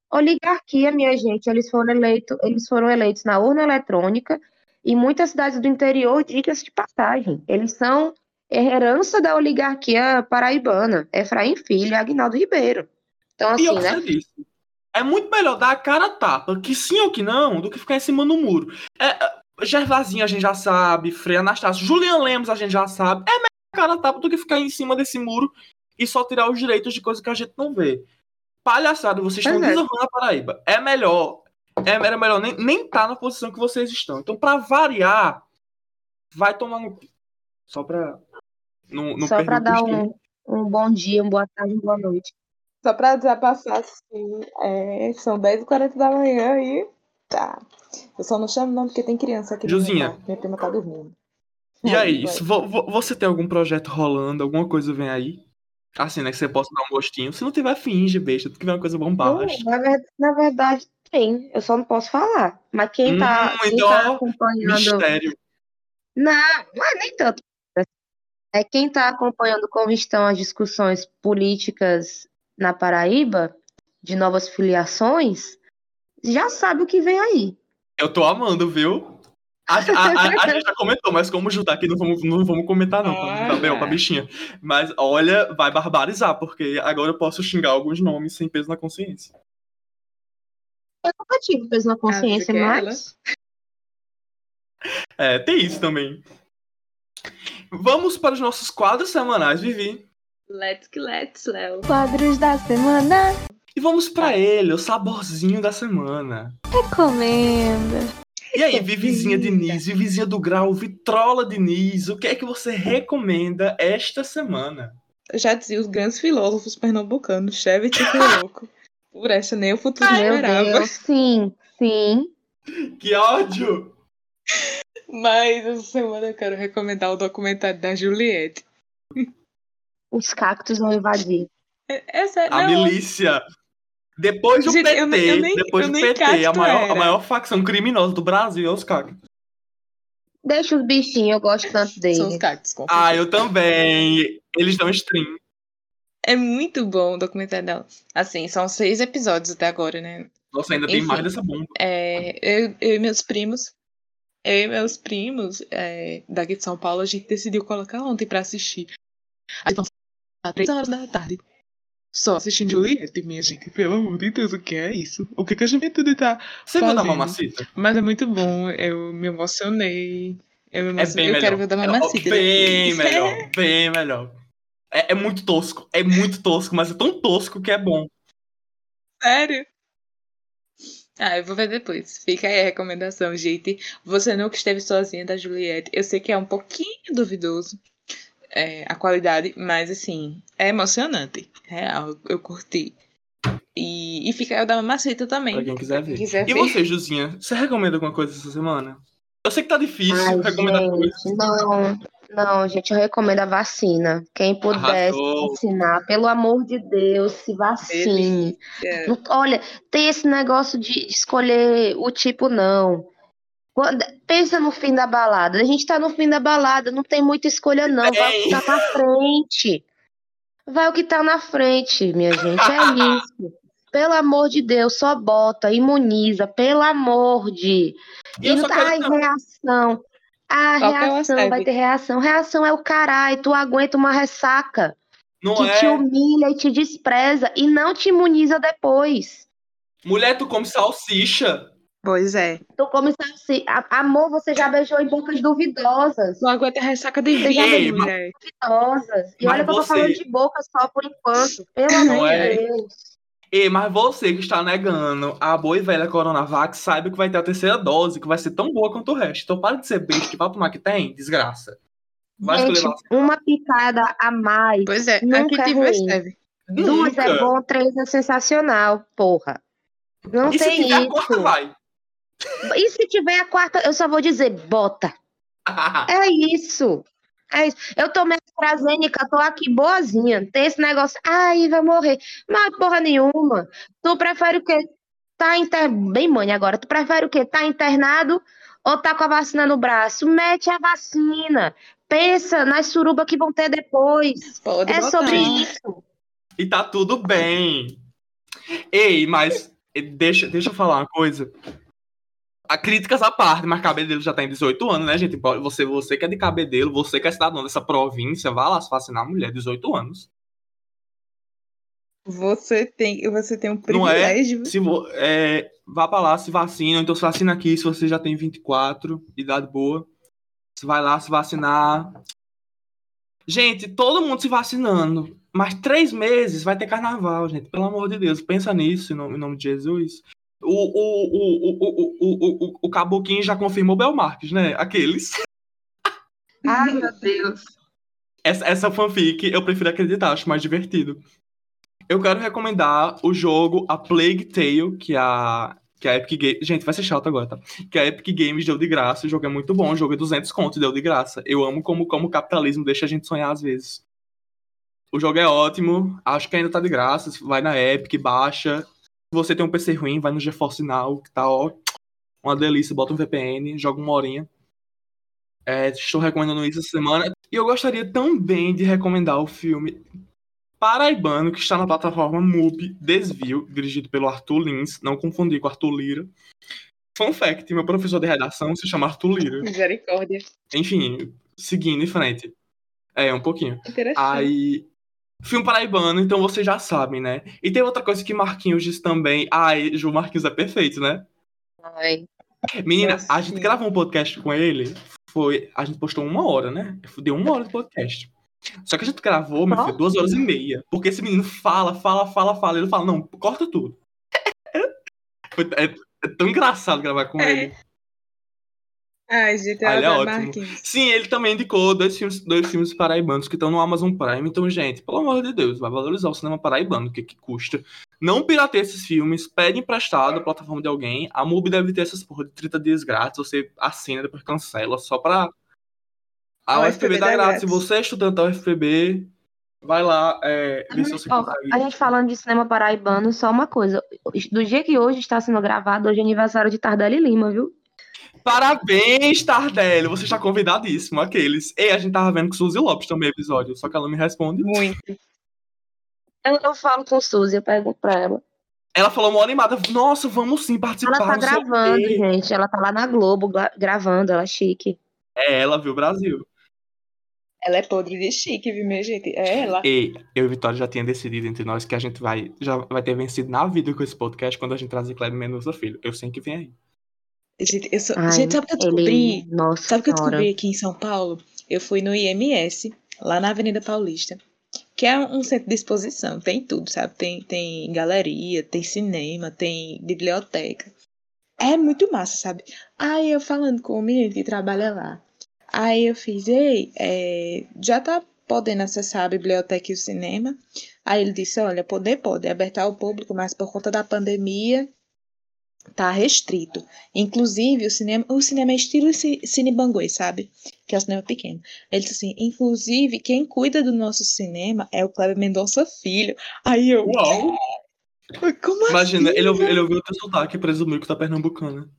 Oligarquia, minha gente, eles foram eleitos, eles foram eleitos na urna eletrônica e muitas cidades do interior, diga-se de passagem, eles são herança da oligarquia paraibana, Efraim Filho e Aguinaldo Ribeiro. Então, E assim, eu né? você disse. É muito melhor dar a cara a tapa, que sim ou que não, do que ficar em cima do muro. É, é, Gervazinho a gente já sabe, Frei Anastácio, Julian Lemos a gente já sabe. É melhor dar a cara a tapa do que ficar em cima desse muro e só tirar os direitos de coisa que a gente não vê. Palhaçada, vocês estão Pois é. desonrando a Paraíba. É melhor, é, era melhor nem, nem estar na posição que vocês estão. Então, pra variar, vai tomar no... Só pra não, não Só perder para o dar costume. um, um bom dia, uma boa tarde, uma boa noite. Só pra desabassar, assim, é, são dez e quarenta da manhã e tá. Eu só não chamo não porque tem criança aqui no meu Josinha. quarto. Minha prima tá dormindo. E aí, vai. se vo- vo- você tem algum projeto rolando, alguma coisa vem aí? Assim, né, que você possa dar um gostinho. Se não tiver, finge, besta. Tem que ver uma coisa Não, bombástica. na, ver- na verdade, tem. Eu só não posso falar. Mas quem Hum, tá, quem então, tá ó, acompanhando. mistério. Não, não é nem tanto. É quem tá acompanhando como estão as discussões políticas na Paraíba, de novas filiações, já sabe o que vem aí. Eu tô amando, viu? A, a- a- a gente já comentou, mas como juntar aqui, não vamos, não vamos comentar, não, pra juntar Bel, pra bichinha. Mas olha, vai barbarizar, porque agora eu posso xingar alguns nomes sem peso na consciência. Eu nunca tive peso na consciência, quer mas. É, tem isso também. Vamos para os nossos quadros semanais, Vivi. Let's que let's, Léo. Quadros da semana. E vamos pra ele, o saborzinho da semana. Recomenda. E aí, Vivizinha Diniz, Vivizinha do Grau, Vitrola Diniz, o que é que você recomenda esta semana? Eu já dizia os grandes filósofos pernambucanos, Cheve e Tico Louco. Por essa nem o futuro Meu esperava. Deus, sim, sim. Que ódio! Mas essa semana eu quero recomendar o documentário da Juliette. Os cactos vão invadir. É, é sério, A não. milícia. Depois do Gente, P T, eu nem- eu nem- depois eu do nem P T, a cacto maior, a era. maior facção criminosa do Brasil é os cactos. Deixa os bichinhos, eu gosto tanto São os deles. cactos. com Ah, certeza. eu também. Eles dão stream. É muito bom o documentário dela. Assim, são seis episódios até agora, né? Nossa, ainda tem Enfim. mais dessa bomba. É, eu, eu e meus primos, eu e meus primos é, daqui de São Paulo, a gente decidiu colocar ontem pra assistir. A gente às três horas da tarde. Só assistindo Juliette, minha gente. Pelo amor de Deus, o que é isso? O que, que a juventude tá Você viu da fazendo? Mamacita? Mas é muito bom, eu me emocionei. Eu, me É emocionei. bem eu melhor. quero ver o da Mamacita. Bem depois. melhor, bem melhor. É, é muito tosco, é muito tosco, mas é tão tosco que é bom. Sério? Ah, eu vou ver depois. Fica aí a recomendação, gente. Você nunca esteve sozinha, da Juliette. Eu sei que é um pouquinho duvidoso é, a qualidade, mas assim, é emocionante. Real, eu curti. E, e fica aí o da Mamacita também. Pra quem quiser ver. quiser E ver. você, Juzinha, você recomenda alguma coisa essa semana? Eu sei que tá difícil Ai, recomendar coisas. gente, não, não, gente, eu recomendo a vacina. Quem puder se Arrasou. vacinar, pelo amor de Deus, se vacine. Delícia. Não- Olha, tem esse negócio de, de escolher o tipo, não. Quando- pensa no fim da balada. A gente tá no fim da balada, não tem muita escolha, não. Vai o que tá na frente. Vai o que tá na frente, minha gente. É isso. Pelo amor de Deus, só bota, imuniza, pelo amor de. E eu E só não- quero- Ai, reação. Ah, Qual que é o reação, Aceve? vai ter reação. Reação é o caralho, tu aguenta uma ressaca Não que te é? humilha e te despreza e não te imuniza depois. Mulher, tu come salsicha. Pois é. Tu come assim, amor, você já beijou em bocas duvidosas. Não aguenta ressaca de Você já vida, Ei, mulher. Duvidosas. E Mas olha que eu tô você- falando de boca só por enquanto. Pelo Não amor é? de Deus. Ei, mas você que está negando a boa e velha Coronavac, saiba que vai ter a terceira dose, que vai ser tão boa quanto o resto. Então para de ser besta e vai tomar que tem, desgraça. Vai escolher Gente, vacina. uma picada a mais. Pois é, Nunca aqui é tive o ruim. Esteve. Duas Nunca. é bom, três é sensacional, porra. Não E se tem tiver a isso. quarta, vai. E se tiver a quarta, eu só vou dizer, bota. É isso. É isso. Eu tomei AstraZeneca, tô aqui boazinha. Tem esse negócio, ai, vai morrer. Mas porra nenhuma. Tu prefere o quê? Tá inter... Bem mãe agora. Tu prefere o quê? Tá internado ou tá com a vacina no braço? Mete a vacina. Pensa nas surubas que vão ter depois. Pode É botar. sobre isso. E tá tudo bem. Ei, mas Deixa, deixa eu falar uma coisa. A críticas à parte, mas Cabedelo já tem dezoito anos, né, gente? Você, você que é de Cabedelo, você que é cidadão dessa província, vá lá se vacinar, mulher, dezoito anos. Você tem, você tem um Não é? privilégio. Se vo, é, vá pra lá, se vacina, então se vacina aqui se você já tem vinte e quatro, idade boa. Você vai lá se vacinar. Gente, todo mundo se vacinando. Mas três meses vai ter carnaval, gente. Pelo amor de Deus, pensa nisso em nome, em nome de Jesus. O, o, o, o, o, o, o, o Caboquinho já confirmou Belmarques, né? Aqueles. Ai, meu Deus. Essa, essa fanfic eu prefiro acreditar, acho mais divertido. Eu quero recomendar o jogo A Plague Tale, que a, que a Epic Games... Gente, vai ser chato agora, tá? Que a Epic Games deu de graça. O jogo é muito bom. O jogo é duzentos contos, deu de graça. Eu amo como, como o capitalismo deixa a gente sonhar às vezes. O jogo é ótimo. Acho que ainda tá de graça. Vai na Epic, baixa. Se você tem um P C ruim, vai no GeForce Now, que tá ó, uma delícia. Bota um V P N, joga uma horinha. É, estou recomendando isso essa semana. E eu gostaria também de recomendar o filme Paraibano, que está na plataforma MUBI, Desvio, dirigido pelo Arthur Lins. Não confundir com Arthur Lira. Fun fact, meu professor de redação se chama Arthur Lira. Misericórdia. Enfim, seguindo em frente. É, um pouquinho. Interessante. Aí, filme paraibano, então vocês já sabem, né? E tem outra coisa que Marquinhos diz também. Ai, Ju Marquinhos é perfeito, né? Ai. Menina, Nossa, a gente sim. gravou um podcast com ele. Foi, a gente postou uma hora, né? Deu uma hora de podcast. Só que a gente gravou, meu filho, duas horas e meia. Porque esse menino fala, fala, fala, fala. Ele fala, não, corta tudo. Foi- É, é tão engraçado gravar com É. ele. Ai, gente, eu Ah, ele é adoro ótimo. Marquinhos. Sim, ele também indicou dois filmes, dois filmes paraibanos que estão no Amazon Prime. Então, gente, pelo amor de Deus, vai valorizar o cinema paraibano, o que que custa. Não pirateie esses filmes, pede emprestado a plataforma de alguém. A MUBI deve ter essas porra de trinta dias grátis, você assina, depois cancela, só pra... A A U F P B UFPB dá dá grátis. Se grátis. você é estudante da U F P B, vai lá, é, ver se você Ó, consegue. a gente falando de cinema paraibano, só uma coisa. Do dia que hoje está sendo gravado, hoje é aniversário de Tardelli Lima, viu? Parabéns, Tardelli, você está convidadíssimo, aqueles. Ei, a gente tava vendo com Suzy Lopes também episódio, só que ela não me responde. Muito. Eu, eu falo com Suzy, eu pergunto pra ela. Ela falou uma animada, nossa, vamos sim participar. Ela tá não sei o gravando, quê. gente. Ela tá lá na Globo gra- gravando, ela é chique. É ela, viu, Brasil. Ela é podre de chique, viu, minha gente? É ela. E eu e Vitória já tinha decidido entre nós que a gente vai, já vai ter vencido na vida com esse podcast quando a gente trazer Kleber Mendonça Filho. Eu sei que vem aí. Gente, eu sou... Ai, gente, sabe o que eu descobri? ele... Nossa Sabe o que eu senhora. descobri aqui em São Paulo? Eu fui no I M S, lá na Avenida Paulista, que é um centro de exposição. Tem tudo, sabe? Tem, tem galeria, tem cinema, tem biblioteca. É muito massa, sabe? Aí eu falando com o menino que trabalha lá. Aí eu fiz, ei, é, já tá podendo acessar a biblioteca e o cinema? Aí ele disse, olha, poder pode, é aberto ao público, mas por conta da pandemia tá restrito. Inclusive, o cinema, o cinema é estilo ci- Cine Banguê, sabe? Que é o cinema pequeno. Ele disse assim, inclusive, quem cuida do nosso cinema é o Kleber Mendonça Filho. Aí eu, Uau! como Imagina, assim? ele ouviu, ele ouviu o teu sotaque e presumiu que tá pernambucana.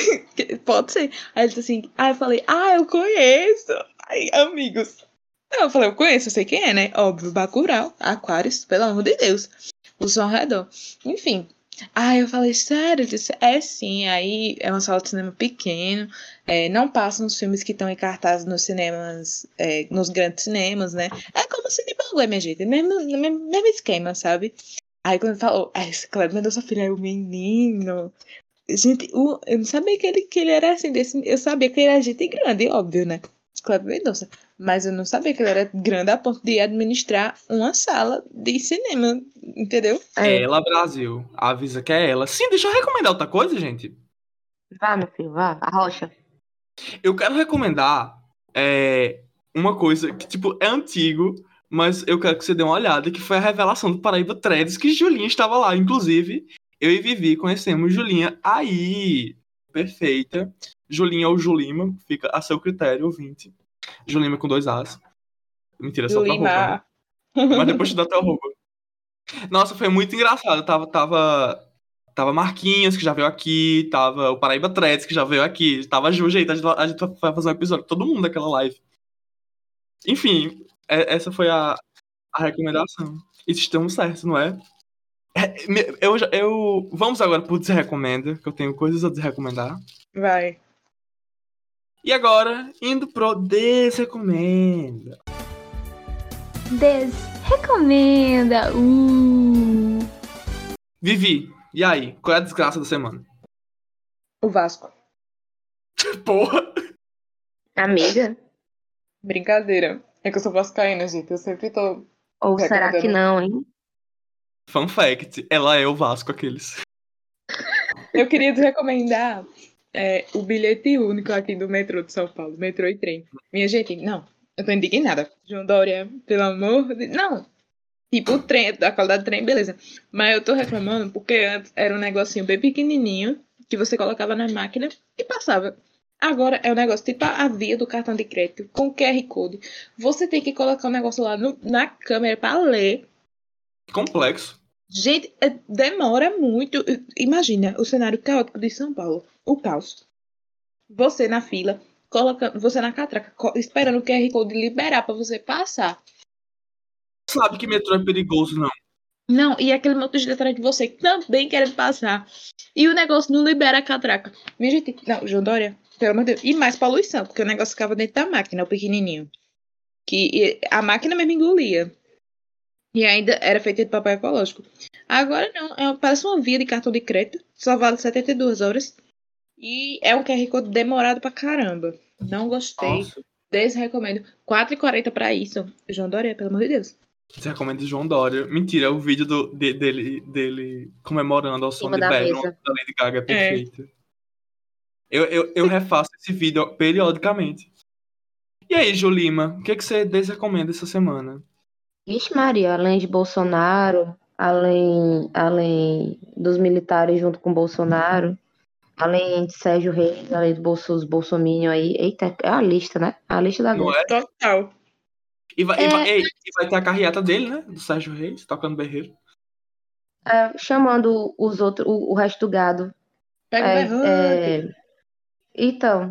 Pode ser. Aí ele disse assim, aí eu falei, ah, eu conheço. Aí, amigos. Não, eu falei, eu conheço, eu sei quem é, né? Óbvio, Bacurau, Aquários, pelo amor de Deus. O som ao redor. Enfim. Aí eu falei, sério? Ele disse, é sim, aí é uma sala de cinema pequeno, é, não passam os filmes que estão em cartaz nos cinemas, é, nos grandes cinemas, né? É como o Cine Banguê, minha gente, mesmo, mesmo, mesmo esquema, sabe? Aí quando ele falou, ah, esse Kleber Mendonça Filho é o menino. Gente, o- eu não sabia que ele, que ele era assim, desse, eu sabia que ele era gente grande, óbvio, né? Kleber Mendonça. Mas eu não sabia que ele era grande a ponto de administrar uma sala de cinema, entendeu? É, Ela, Brasil. Avisa que é ela. Sim, deixa eu recomendar outra coisa, gente. vá, meu filho, vá. A rocha. Eu quero recomendar é, uma coisa que, tipo, é antigo, mas eu quero que você dê uma olhada, que foi a revelação do Paraíba Threads, que Julinha estava lá. Inclusive, eu e Vivi conhecemos Julinha aí. Perfeita. Julinha ou Julima, fica a seu critério, ouvinte. Julima com dois As. Mentira, só pra roupa, né? Lima. Mas depois te dá teu roupa. Nossa, foi muito engraçado. Tava, tava, tava Marquinhos, que já veio aqui. Tava o Paraíba Threads, que já veio aqui. Tava a Ju, gente, a gente, a gente vai fazer um episódio com todo mundo daquela live. Enfim, é- essa foi a, a recomendação. E estamos certos, não é? Eu, eu, vamos agora pro Desrecomenda, que eu tenho coisas a desrecomendar. Vai. E agora, indo pro Desrecomenda. Desrecomenda. Uh. Vivi, e aí? Qual é a desgraça da semana? O Vasco. Porra! Amiga? Brincadeira. É que eu sou vascaína, gente. Eu sempre tô... Ou será que não, hein? Fun fact, ela é o Vasco, aqueles. Eu queria te recomendar é, o bilhete único aqui do metrô de São Paulo. Metrô e trem. Minha gente, não. Eu tô indignada. João Dória, pelo amor de... Não. Tipo, o trem, a qualidade do trem, beleza. Mas eu tô reclamando porque antes era um negocinho bem pequenininho que você colocava na máquina e passava. Agora é um negócio tipo a via do cartão de crédito com Q R Code. Você tem que colocar o negócio lá no, na câmera pra ler. Complexo. Gente, é, demora muito. Imagina o cenário caótico de São Paulo. O caos. Você na fila, colocando, você na catraca, esperando o Q R Code liberar pra você passar. Sabe que metrô é perigoso, não? Não, e aquele motorista atrás de você também querendo passar. E o negócio não libera a catraca. Minha gente, não, João Dória, pelo amor de Deus. E mais poluição, porque o negócio ficava dentro da máquina, o pequenininho. Que a máquina mesmo engolia. E ainda era feito de papel ecológico. Agora não, é, parece uma via de cartão de crédito. Só vale setenta e duas horas. E é um Q R Code demorado pra caramba. Não gostei. Nossa. Desrecomendo. quatro e quarenta pra isso. João Dória, pelo amor de Deus. Você recomenda João Dória. Mentira, é o vídeo do, de, dele, dele comemorando ao som de Background da Lady Gaga. É perfeito. É. Eu, eu, eu refaço esse vídeo periodicamente. E aí, Julima, o que, que você desrecomenda essa semana? Ixi, Maria, além de Bolsonaro, além, além dos militares junto com Bolsonaro, além de Sérgio Reis, além dos bolsos bolsominion aí. Eita, é a lista, né? A lista da Não é? Total. E vai, É... e, vai, e vai ter a carreata dele, né? Do Sérgio Reis, tocando berreiro. É, chamando os outros, o, o resto do gado. Pega é, o berrante. É... Então,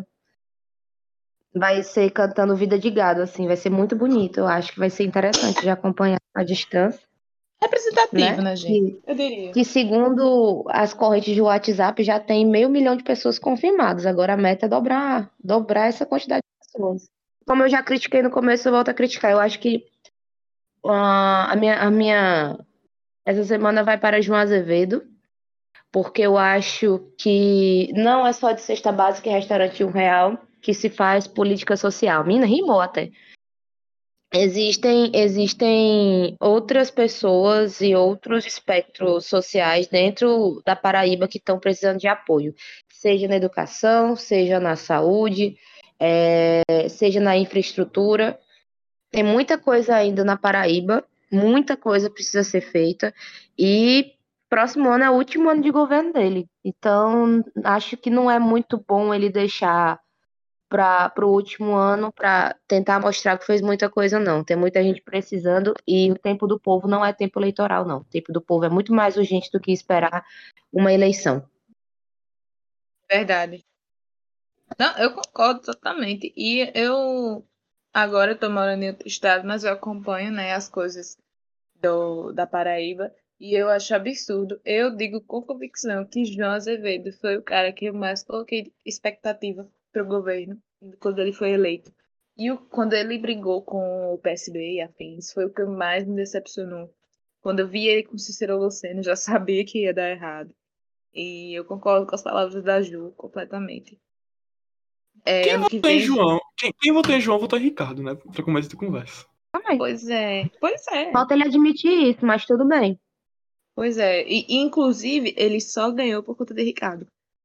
vai ser cantando Vida de Gado, assim, vai ser muito bonito. Eu acho que vai ser interessante de acompanhar à distância. Representativo, né, né gente? Que, eu diria. Que segundo as correntes de WhatsApp já tem meio milhão de pessoas confirmadas. Agora a meta é dobrar, dobrar essa quantidade de pessoas. Como eu já critiquei no começo, eu volto a criticar. Eu acho que uh, a, minha, a minha... Essa semana vai para João Azevedo, porque eu acho que não é só de cesta básica e restaurante um real que se faz política social. Mina, rimou até. Existem, existem outras pessoas e outros espectros sociais dentro da Paraíba que estão precisando de apoio, seja na educação, seja na saúde, é, seja na infraestrutura. Tem muita coisa ainda na Paraíba, muita coisa precisa ser feita e próximo ano é o último ano de governo dele. Então, acho que não é muito bom ele deixar para o último ano para tentar mostrar que fez muita coisa, não. Tem muita gente precisando e o tempo do povo não é tempo eleitoral, não. O tempo do povo é muito mais urgente do que esperar uma eleição. Verdade. Não, eu concordo totalmente. E eu agora estou morando em outro estado, mas eu acompanho, né, as coisas do, da Paraíba e eu acho absurdo. Eu digo com convicção que João Azevedo foi o cara que eu mais coloquei expectativa para o governo quando ele foi eleito. E o, quando ele brigou com o P S B e afins, foi o que mais me decepcionou. Quando eu vi ele com Cícero Lucena, eu já sabia que ia dar errado. E eu concordo com as palavras da Ju completamente. É, quem ano que votou em vem... João? Quem, quem votou em João votou em Ricardo, né? Pra começo de conversa. Pois é, pois é. Falta ele admitir isso, mas tudo bem. Pois é, e inclusive ele só ganhou por conta de Ricardo.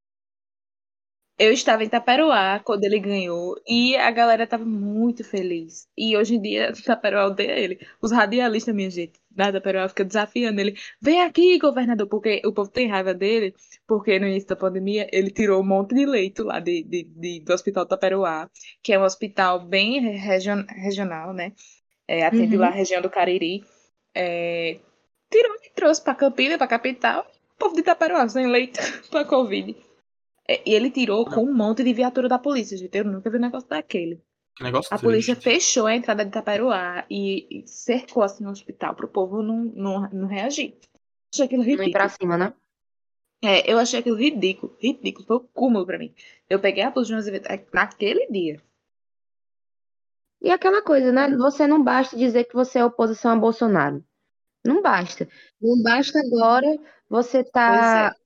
Eu estava em Itaperuá quando ele ganhou e a galera estava muito feliz. E hoje em dia Itaperuá odeia ele. Os radialistas, minha gente, da Itaperuá fica desafiando ele. Vem aqui, governador, porque o povo tem raiva dele, porque no início da pandemia ele tirou um monte de leito lá de, de, de, do Hospital Itaperuá, que é um hospital bem region, regional, né? É, atende uhum. lá a região do Cariri. É, tirou e trouxe para Campinas, para a capital, o povo de Itaperuá sem leito para Covid. E ele tirou com um monte de viatura da polícia, gente. Eu nunca vi um negócio daquele. Que negócio a triste. Polícia fechou a entrada de Itaperuá e cercou assim no hospital pro povo não, não, não reagir. achei aquilo Não ir ridículo. pra cima, né? É, eu achei aquilo ridículo, ridículo, foi o cúmulo pra mim. Eu peguei a blusa de João Azevedo é, naquele dia. E aquela coisa, né? Você não basta dizer que você é oposição a Bolsonaro. Não basta. Não basta agora você Pois é. tá.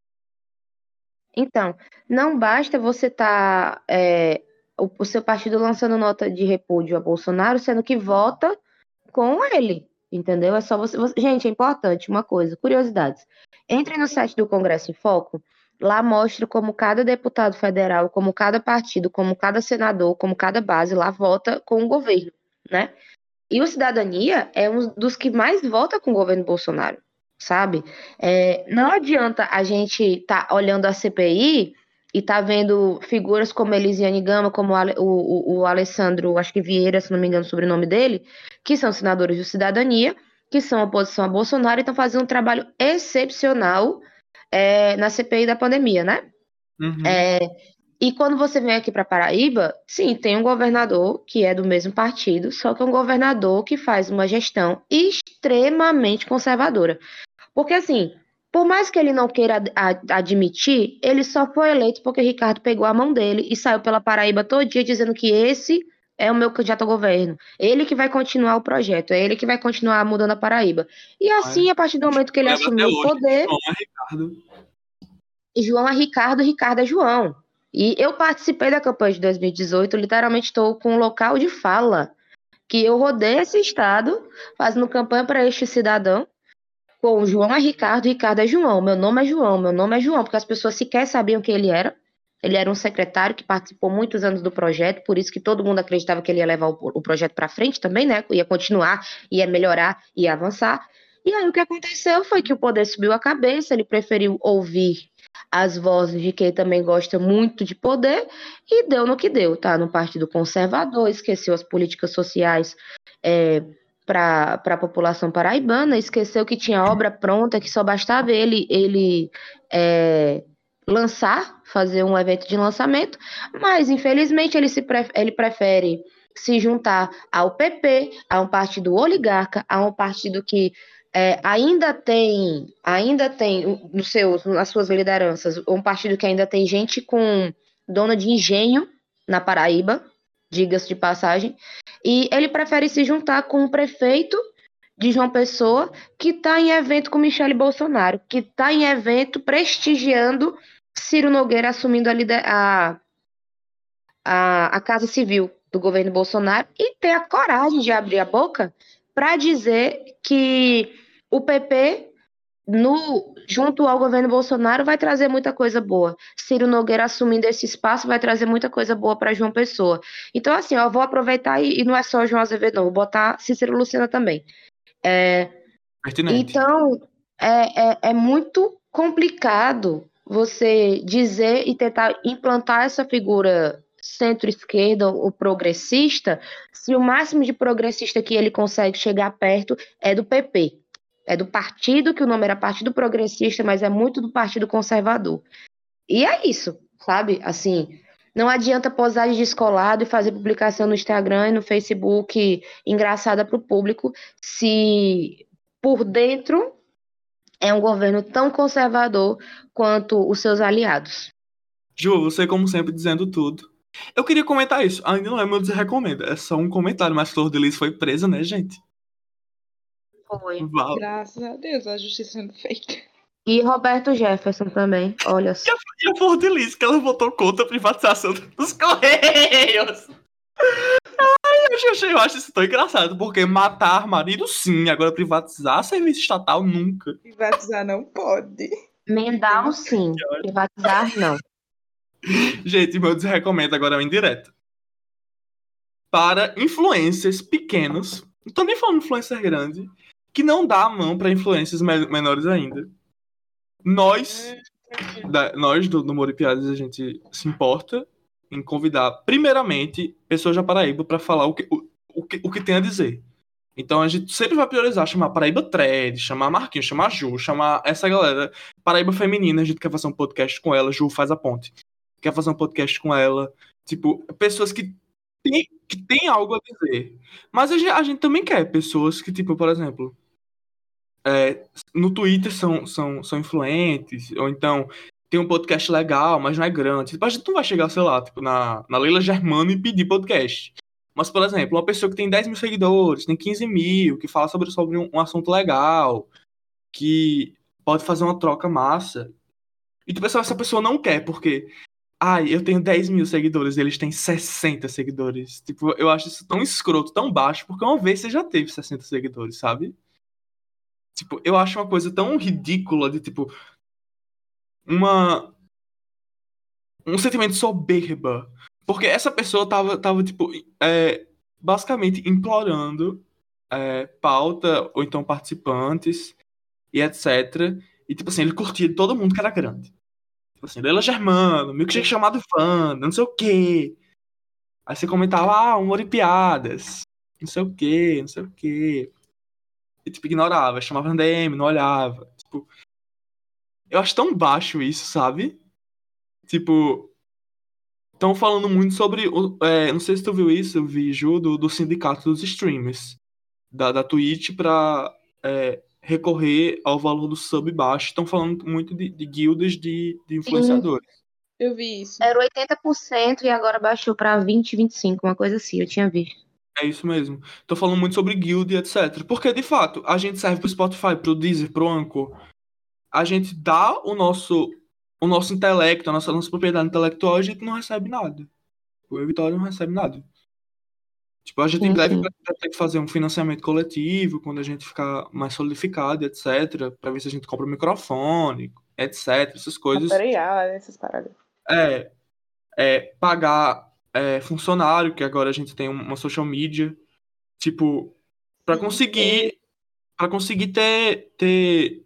Então, não basta você tá é, o, o seu partido lançando nota de repúdio a Bolsonaro, sendo que vota com ele, entendeu? É só você, você- Gente, é importante uma coisa, curiosidades. Entre no site do Congresso em Foco, lá mostra como cada deputado federal, como cada partido, como cada senador, como cada base lá vota com o governo, né? E o Cidadania é um dos que mais vota com o governo Bolsonaro, sabe? É, não adianta a gente estar tá olhando a C P I e tá vendo figuras como Elisiane Gama, como o, Ale- o, o, o Alessandro, acho que Vieira, se não me engano o sobrenome dele, que são senadores do Cidadania, que são oposição a Bolsonaro e estão fazendo um trabalho excepcional é, na C P I da pandemia, né? Uhum. É, e quando você vem aqui para Paraíba, sim, tem um governador que é do mesmo partido, só que é um governador que faz uma gestão extremamente conservadora. Porque, assim, por mais que ele não queira ad- ad- admitir, ele só foi eleito porque Ricardo pegou a mão dele e saiu pela Paraíba todo dia dizendo que esse é o meu candidato ao governo. Ele que vai continuar o projeto, é ele que vai continuar mudando a Paraíba. E assim, a partir do momento que ele Eu lembro até assumiu o hoje, poder, João é Ricardo. João é Ricardo, Ricardo é João. E eu participei da campanha de dois mil e dezoito, literalmente estou com um local de fala, que eu rodei esse estado fazendo campanha para este cidadão, com João é Ricardo, Ricardo é João, meu nome é João, meu nome é João, porque as pessoas sequer sabiam quem ele era. Ele era um secretário que participou muitos anos do projeto, por isso que todo mundo acreditava que ele ia levar o, o projeto para frente também, né? Ia continuar, ia melhorar, ia avançar. E aí o que aconteceu foi que o poder subiu a cabeça, ele preferiu ouvir as vozes de quem também gosta muito de poder e deu no que deu, tá? No Partido Conservador, esqueceu as políticas sociais é, para a população paraibana, esqueceu que tinha obra pronta, que só bastava ele, ele é, lançar, fazer um evento de lançamento, mas infelizmente ele, se pre ele prefere se juntar ao P P, a um partido oligarca, a um partido que é, ainda tem, ainda tem nos seus, nas suas lideranças, um partido que ainda tem gente com dona de engenho na Paraíba, diga-se de passagem, e ele prefere se juntar com o prefeito de João Pessoa, que está em evento com Michele Bolsonaro, que está em evento prestigiando Ciro Nogueira assumindo a, a, a, a Casa Civil do governo Bolsonaro e ter a coragem de abrir a boca para dizer que o P P, no, junto ao governo Bolsonaro, vai trazer muita coisa boa. Ciro Nogueira assumindo esse espaço vai trazer muita coisa boa para João Pessoa. Então, assim, ó, eu vou aproveitar e, e não é só João Azevedo, não, vou botar Cícero Lucena também. É, então, é, é, é muito complicado você dizer e tentar implantar essa figura centro-esquerda ou progressista, se o máximo de progressista que ele consegue chegar perto é do P P. É do partido, que o nome era Partido Progressista, mas é muito do Partido Conservador. E é isso, sabe? Assim, não adianta posar de descolado e fazer publicação no Instagram e no Facebook engraçada para o público se por dentro é um governo tão conservador quanto os seus aliados. Ju, você como sempre dizendo tudo. Eu queria comentar isso, ainda não é meu desrecomendo, é só um comentário, mas Flor de Lis foi presa, né, gente? Foi. Val. Graças a Deus, a justiça sendo feita. E Roberto Jefferson também, olha só. E a, e a Flor de Lis, que ela votou contra a privatização dos Correios. Ai, eu, acho, eu acho isso tão engraçado, porque matar marido sim, agora privatizar serviço estatal nunca. Privatizar não pode. Mendal sim, privatizar não. Gente, meu desrecomendo agora é um indireto. Para influencers pequenos, não tô nem falando influencer grande, que não dá a mão para influencers me menores ainda. Nós, da, nós do, do Mori Piadas, a gente se importa em convidar, primeiramente, pessoas da Paraíba para falar o que, o, o, que, o que tem a dizer. Então a gente sempre vai priorizar chamar Paraíba Thread, chamar Marquinhos, chamar Ju, chamar essa galera. Paraíba Feminina, a gente quer fazer um podcast com ela, Ju faz a ponte. Quer fazer um podcast com ela. Tipo, pessoas que tem, que tem algo a dizer. Mas a gente, a gente também quer pessoas que, tipo, por exemplo, é, no Twitter são, são, são influentes, ou então tem um podcast legal, mas não é grande. Tipo, a gente não vai chegar, sei lá, tipo, na, na Leila Germano e pedir podcast. Mas, por exemplo, uma pessoa que tem dez mil seguidores, tem quinze mil, que fala sobre, sobre um, um assunto legal, que pode fazer uma troca massa. E tipo, essa pessoa não quer, porque ai, eu tenho dez mil seguidores, eles têm sessenta seguidores. Tipo, eu acho isso tão escroto, tão baixo, porque uma vez você já teve sessenta seguidores, sabe? Tipo, eu acho uma coisa tão ridícula de, tipo, uma... um sentimento de soberba. Porque essa pessoa tava, tava tipo, é, basicamente implorando é, pauta, ou então participantes, e etcétera. E, tipo assim, ele curtia todo mundo que era grande. Tipo assim, Leila Germano, milkshake chamado Wanda, não sei o quê. Aí você comentava, ah, humor e piadas. Não sei o quê, não sei o quê. E, tipo, ignorava, chamava no D M, não olhava. Tipo, eu acho tão baixo isso, sabe? Tipo, estão falando muito sobre, o- é, não sei se tu viu isso, vi, Ju, do, do sindicato dos streamers. Da, da Twitch pra é, recorrer ao valor do sub baixo. Estão falando muito de, de guildas de, de Sim, influenciadores. Eu vi isso. era oitenta por cento e agora baixou pra vinte, vinte e cinco, uma coisa assim, eu tinha visto. É isso mesmo. Tô falando muito sobre guild e etcétera. Porque, de fato, a gente serve pro Spotify, pro Deezer, pro Anchor. A gente dá o nosso, o nosso intelecto, a nossa, nossa propriedade intelectual, e a gente não recebe nada. O Eu e Vitória não recebe nada. Tipo, a gente em Sim, breve sim. vai vai ter que fazer um financiamento coletivo, quando a gente ficar mais solidificado, etcétera. Pra ver se a gente compra um microfone, etcétera. Essas coisas. Material, essas paradas. É, é pagar é, funcionário, que agora a gente tem uma social media. Tipo, pra conseguir para conseguir ter, ter,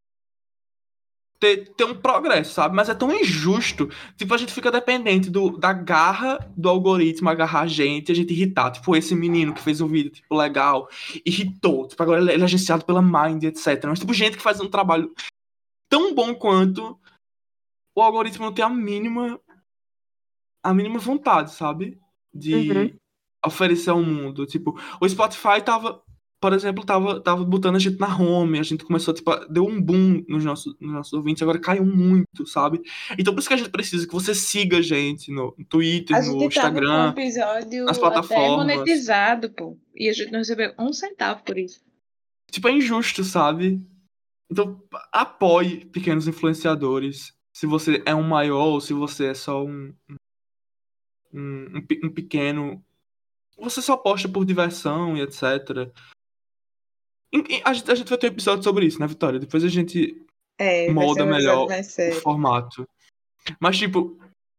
ter, ter um progresso, sabe? Mas é tão injusto. Tipo, a gente fica dependente do, da garra do algoritmo agarrar a gente, a gente irritar. Tipo, esse menino que fez um vídeo, tipo, legal, irritou. Tipo, agora ele ele é agenciado pela Mind, etcétera. Mas, tipo, gente que faz um trabalho tão bom quanto o algoritmo não tem a mínima, a mínima vontade, sabe? Uhum. De oferecer ao mundo. Tipo, o Spotify tava, por exemplo, tava, tava botando a gente na home, a gente começou, tipo, a- deu um boom nos nossos, nos nossos ouvintes, agora caiu muito, sabe? Então por isso que a gente precisa que você siga a gente no Twitter, A no gente tava com um Instagram, episódio nas até plataformas. monetizado, pô. E a gente não recebeu um centavo por isso. Tipo, é injusto, sabe? Então, apoie pequenos influenciadores. Se você é um maior ou se você é só um, um, um, pe- um pequeno. Você só posta por diversão e etcétera. E- e A gente, a gente vai ter um episódio sobre isso, né, Vitória? Depois a gente É, vai ser molda um episódio melhor mais o sério. formato. Mas, tipo,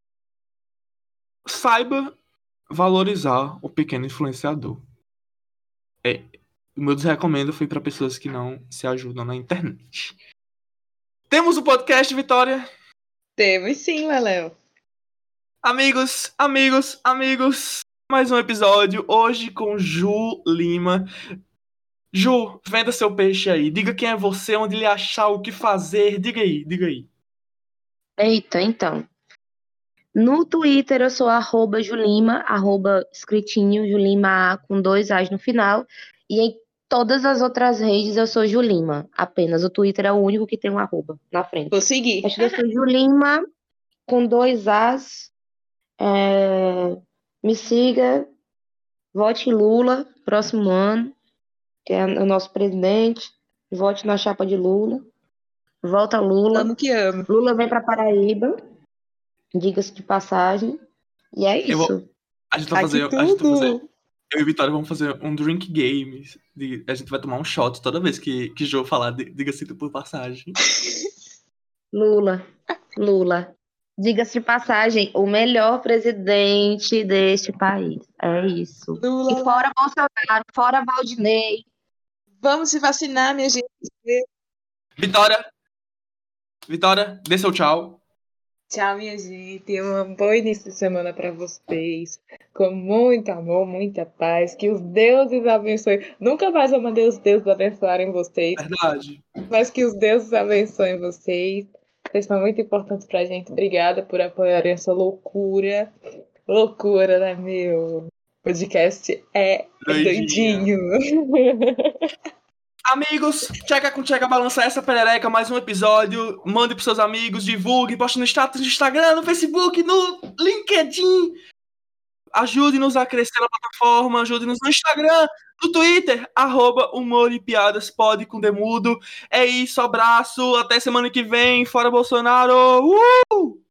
saiba valorizar o pequeno influenciador. É, o meu desrecomendo foi para pessoas que não se ajudam na internet. Temos o podcast, Vitória. Temos sim, Leléo. Amigos, amigos, amigos. Mais um episódio hoje com Ju Lima. Ju, venda seu peixe aí. Diga quem é você, onde ele achar, o que fazer. Diga aí, diga aí. Eita, então. No Twitter eu sou arroba Julima, arroba escritinho, Julima A com dois A's no final. E em todas as outras redes eu sou Julima. Apenas o Twitter é o único que tem um arroba na frente. Vou seguir. Acho que eu sou Julima com dois As. É, Me siga, vote Lula, próximo ano, que é o nosso presidente. Vote na chapa de Lula. Volta Lula. Amo que amo. Lula vem para Paraíba, diga-se de passagem. E é Eu vou- isso. A gente vai Aqui fazer. A gente vai fazer. tudo. Eu e Vitória vamos fazer um drink game. De- a gente vai tomar um shot toda vez que, que Jô falar, di- diga-se por passagem. Lula, Lula. Diga-se de passagem, o melhor presidente deste país. É isso. Lula. E fora Bolsonaro, fora Valdinei. Vamos se vacinar, minha gente. Vitória! Vitória, dê seu tchau. Tchau, minha gente. Um bom início de semana para vocês. Com muito amor, muita paz. Que os deuses abençoem. Nunca mais eu mandei os deuses abençoarem vocês, Verdade. mas que os deuses abençoem vocês. Vocês são muito importantes pra gente. Obrigada por apoiarem essa loucura. Loucura, né, meu? O podcast é Doidinha. doidinho. Amigos, checa com checa, balança essa perereca, mais um episódio. Mande pros seus amigos, divulgue, poste no status do Instagram, no Facebook, no LinkedIn. Ajude-nos a crescer na plataforma, ajude-nos no Instagram, no Twitter, arroba Humor e Piadas Pod com Demudo. É isso, abraço, até semana que vem, fora Bolsonaro! Uh!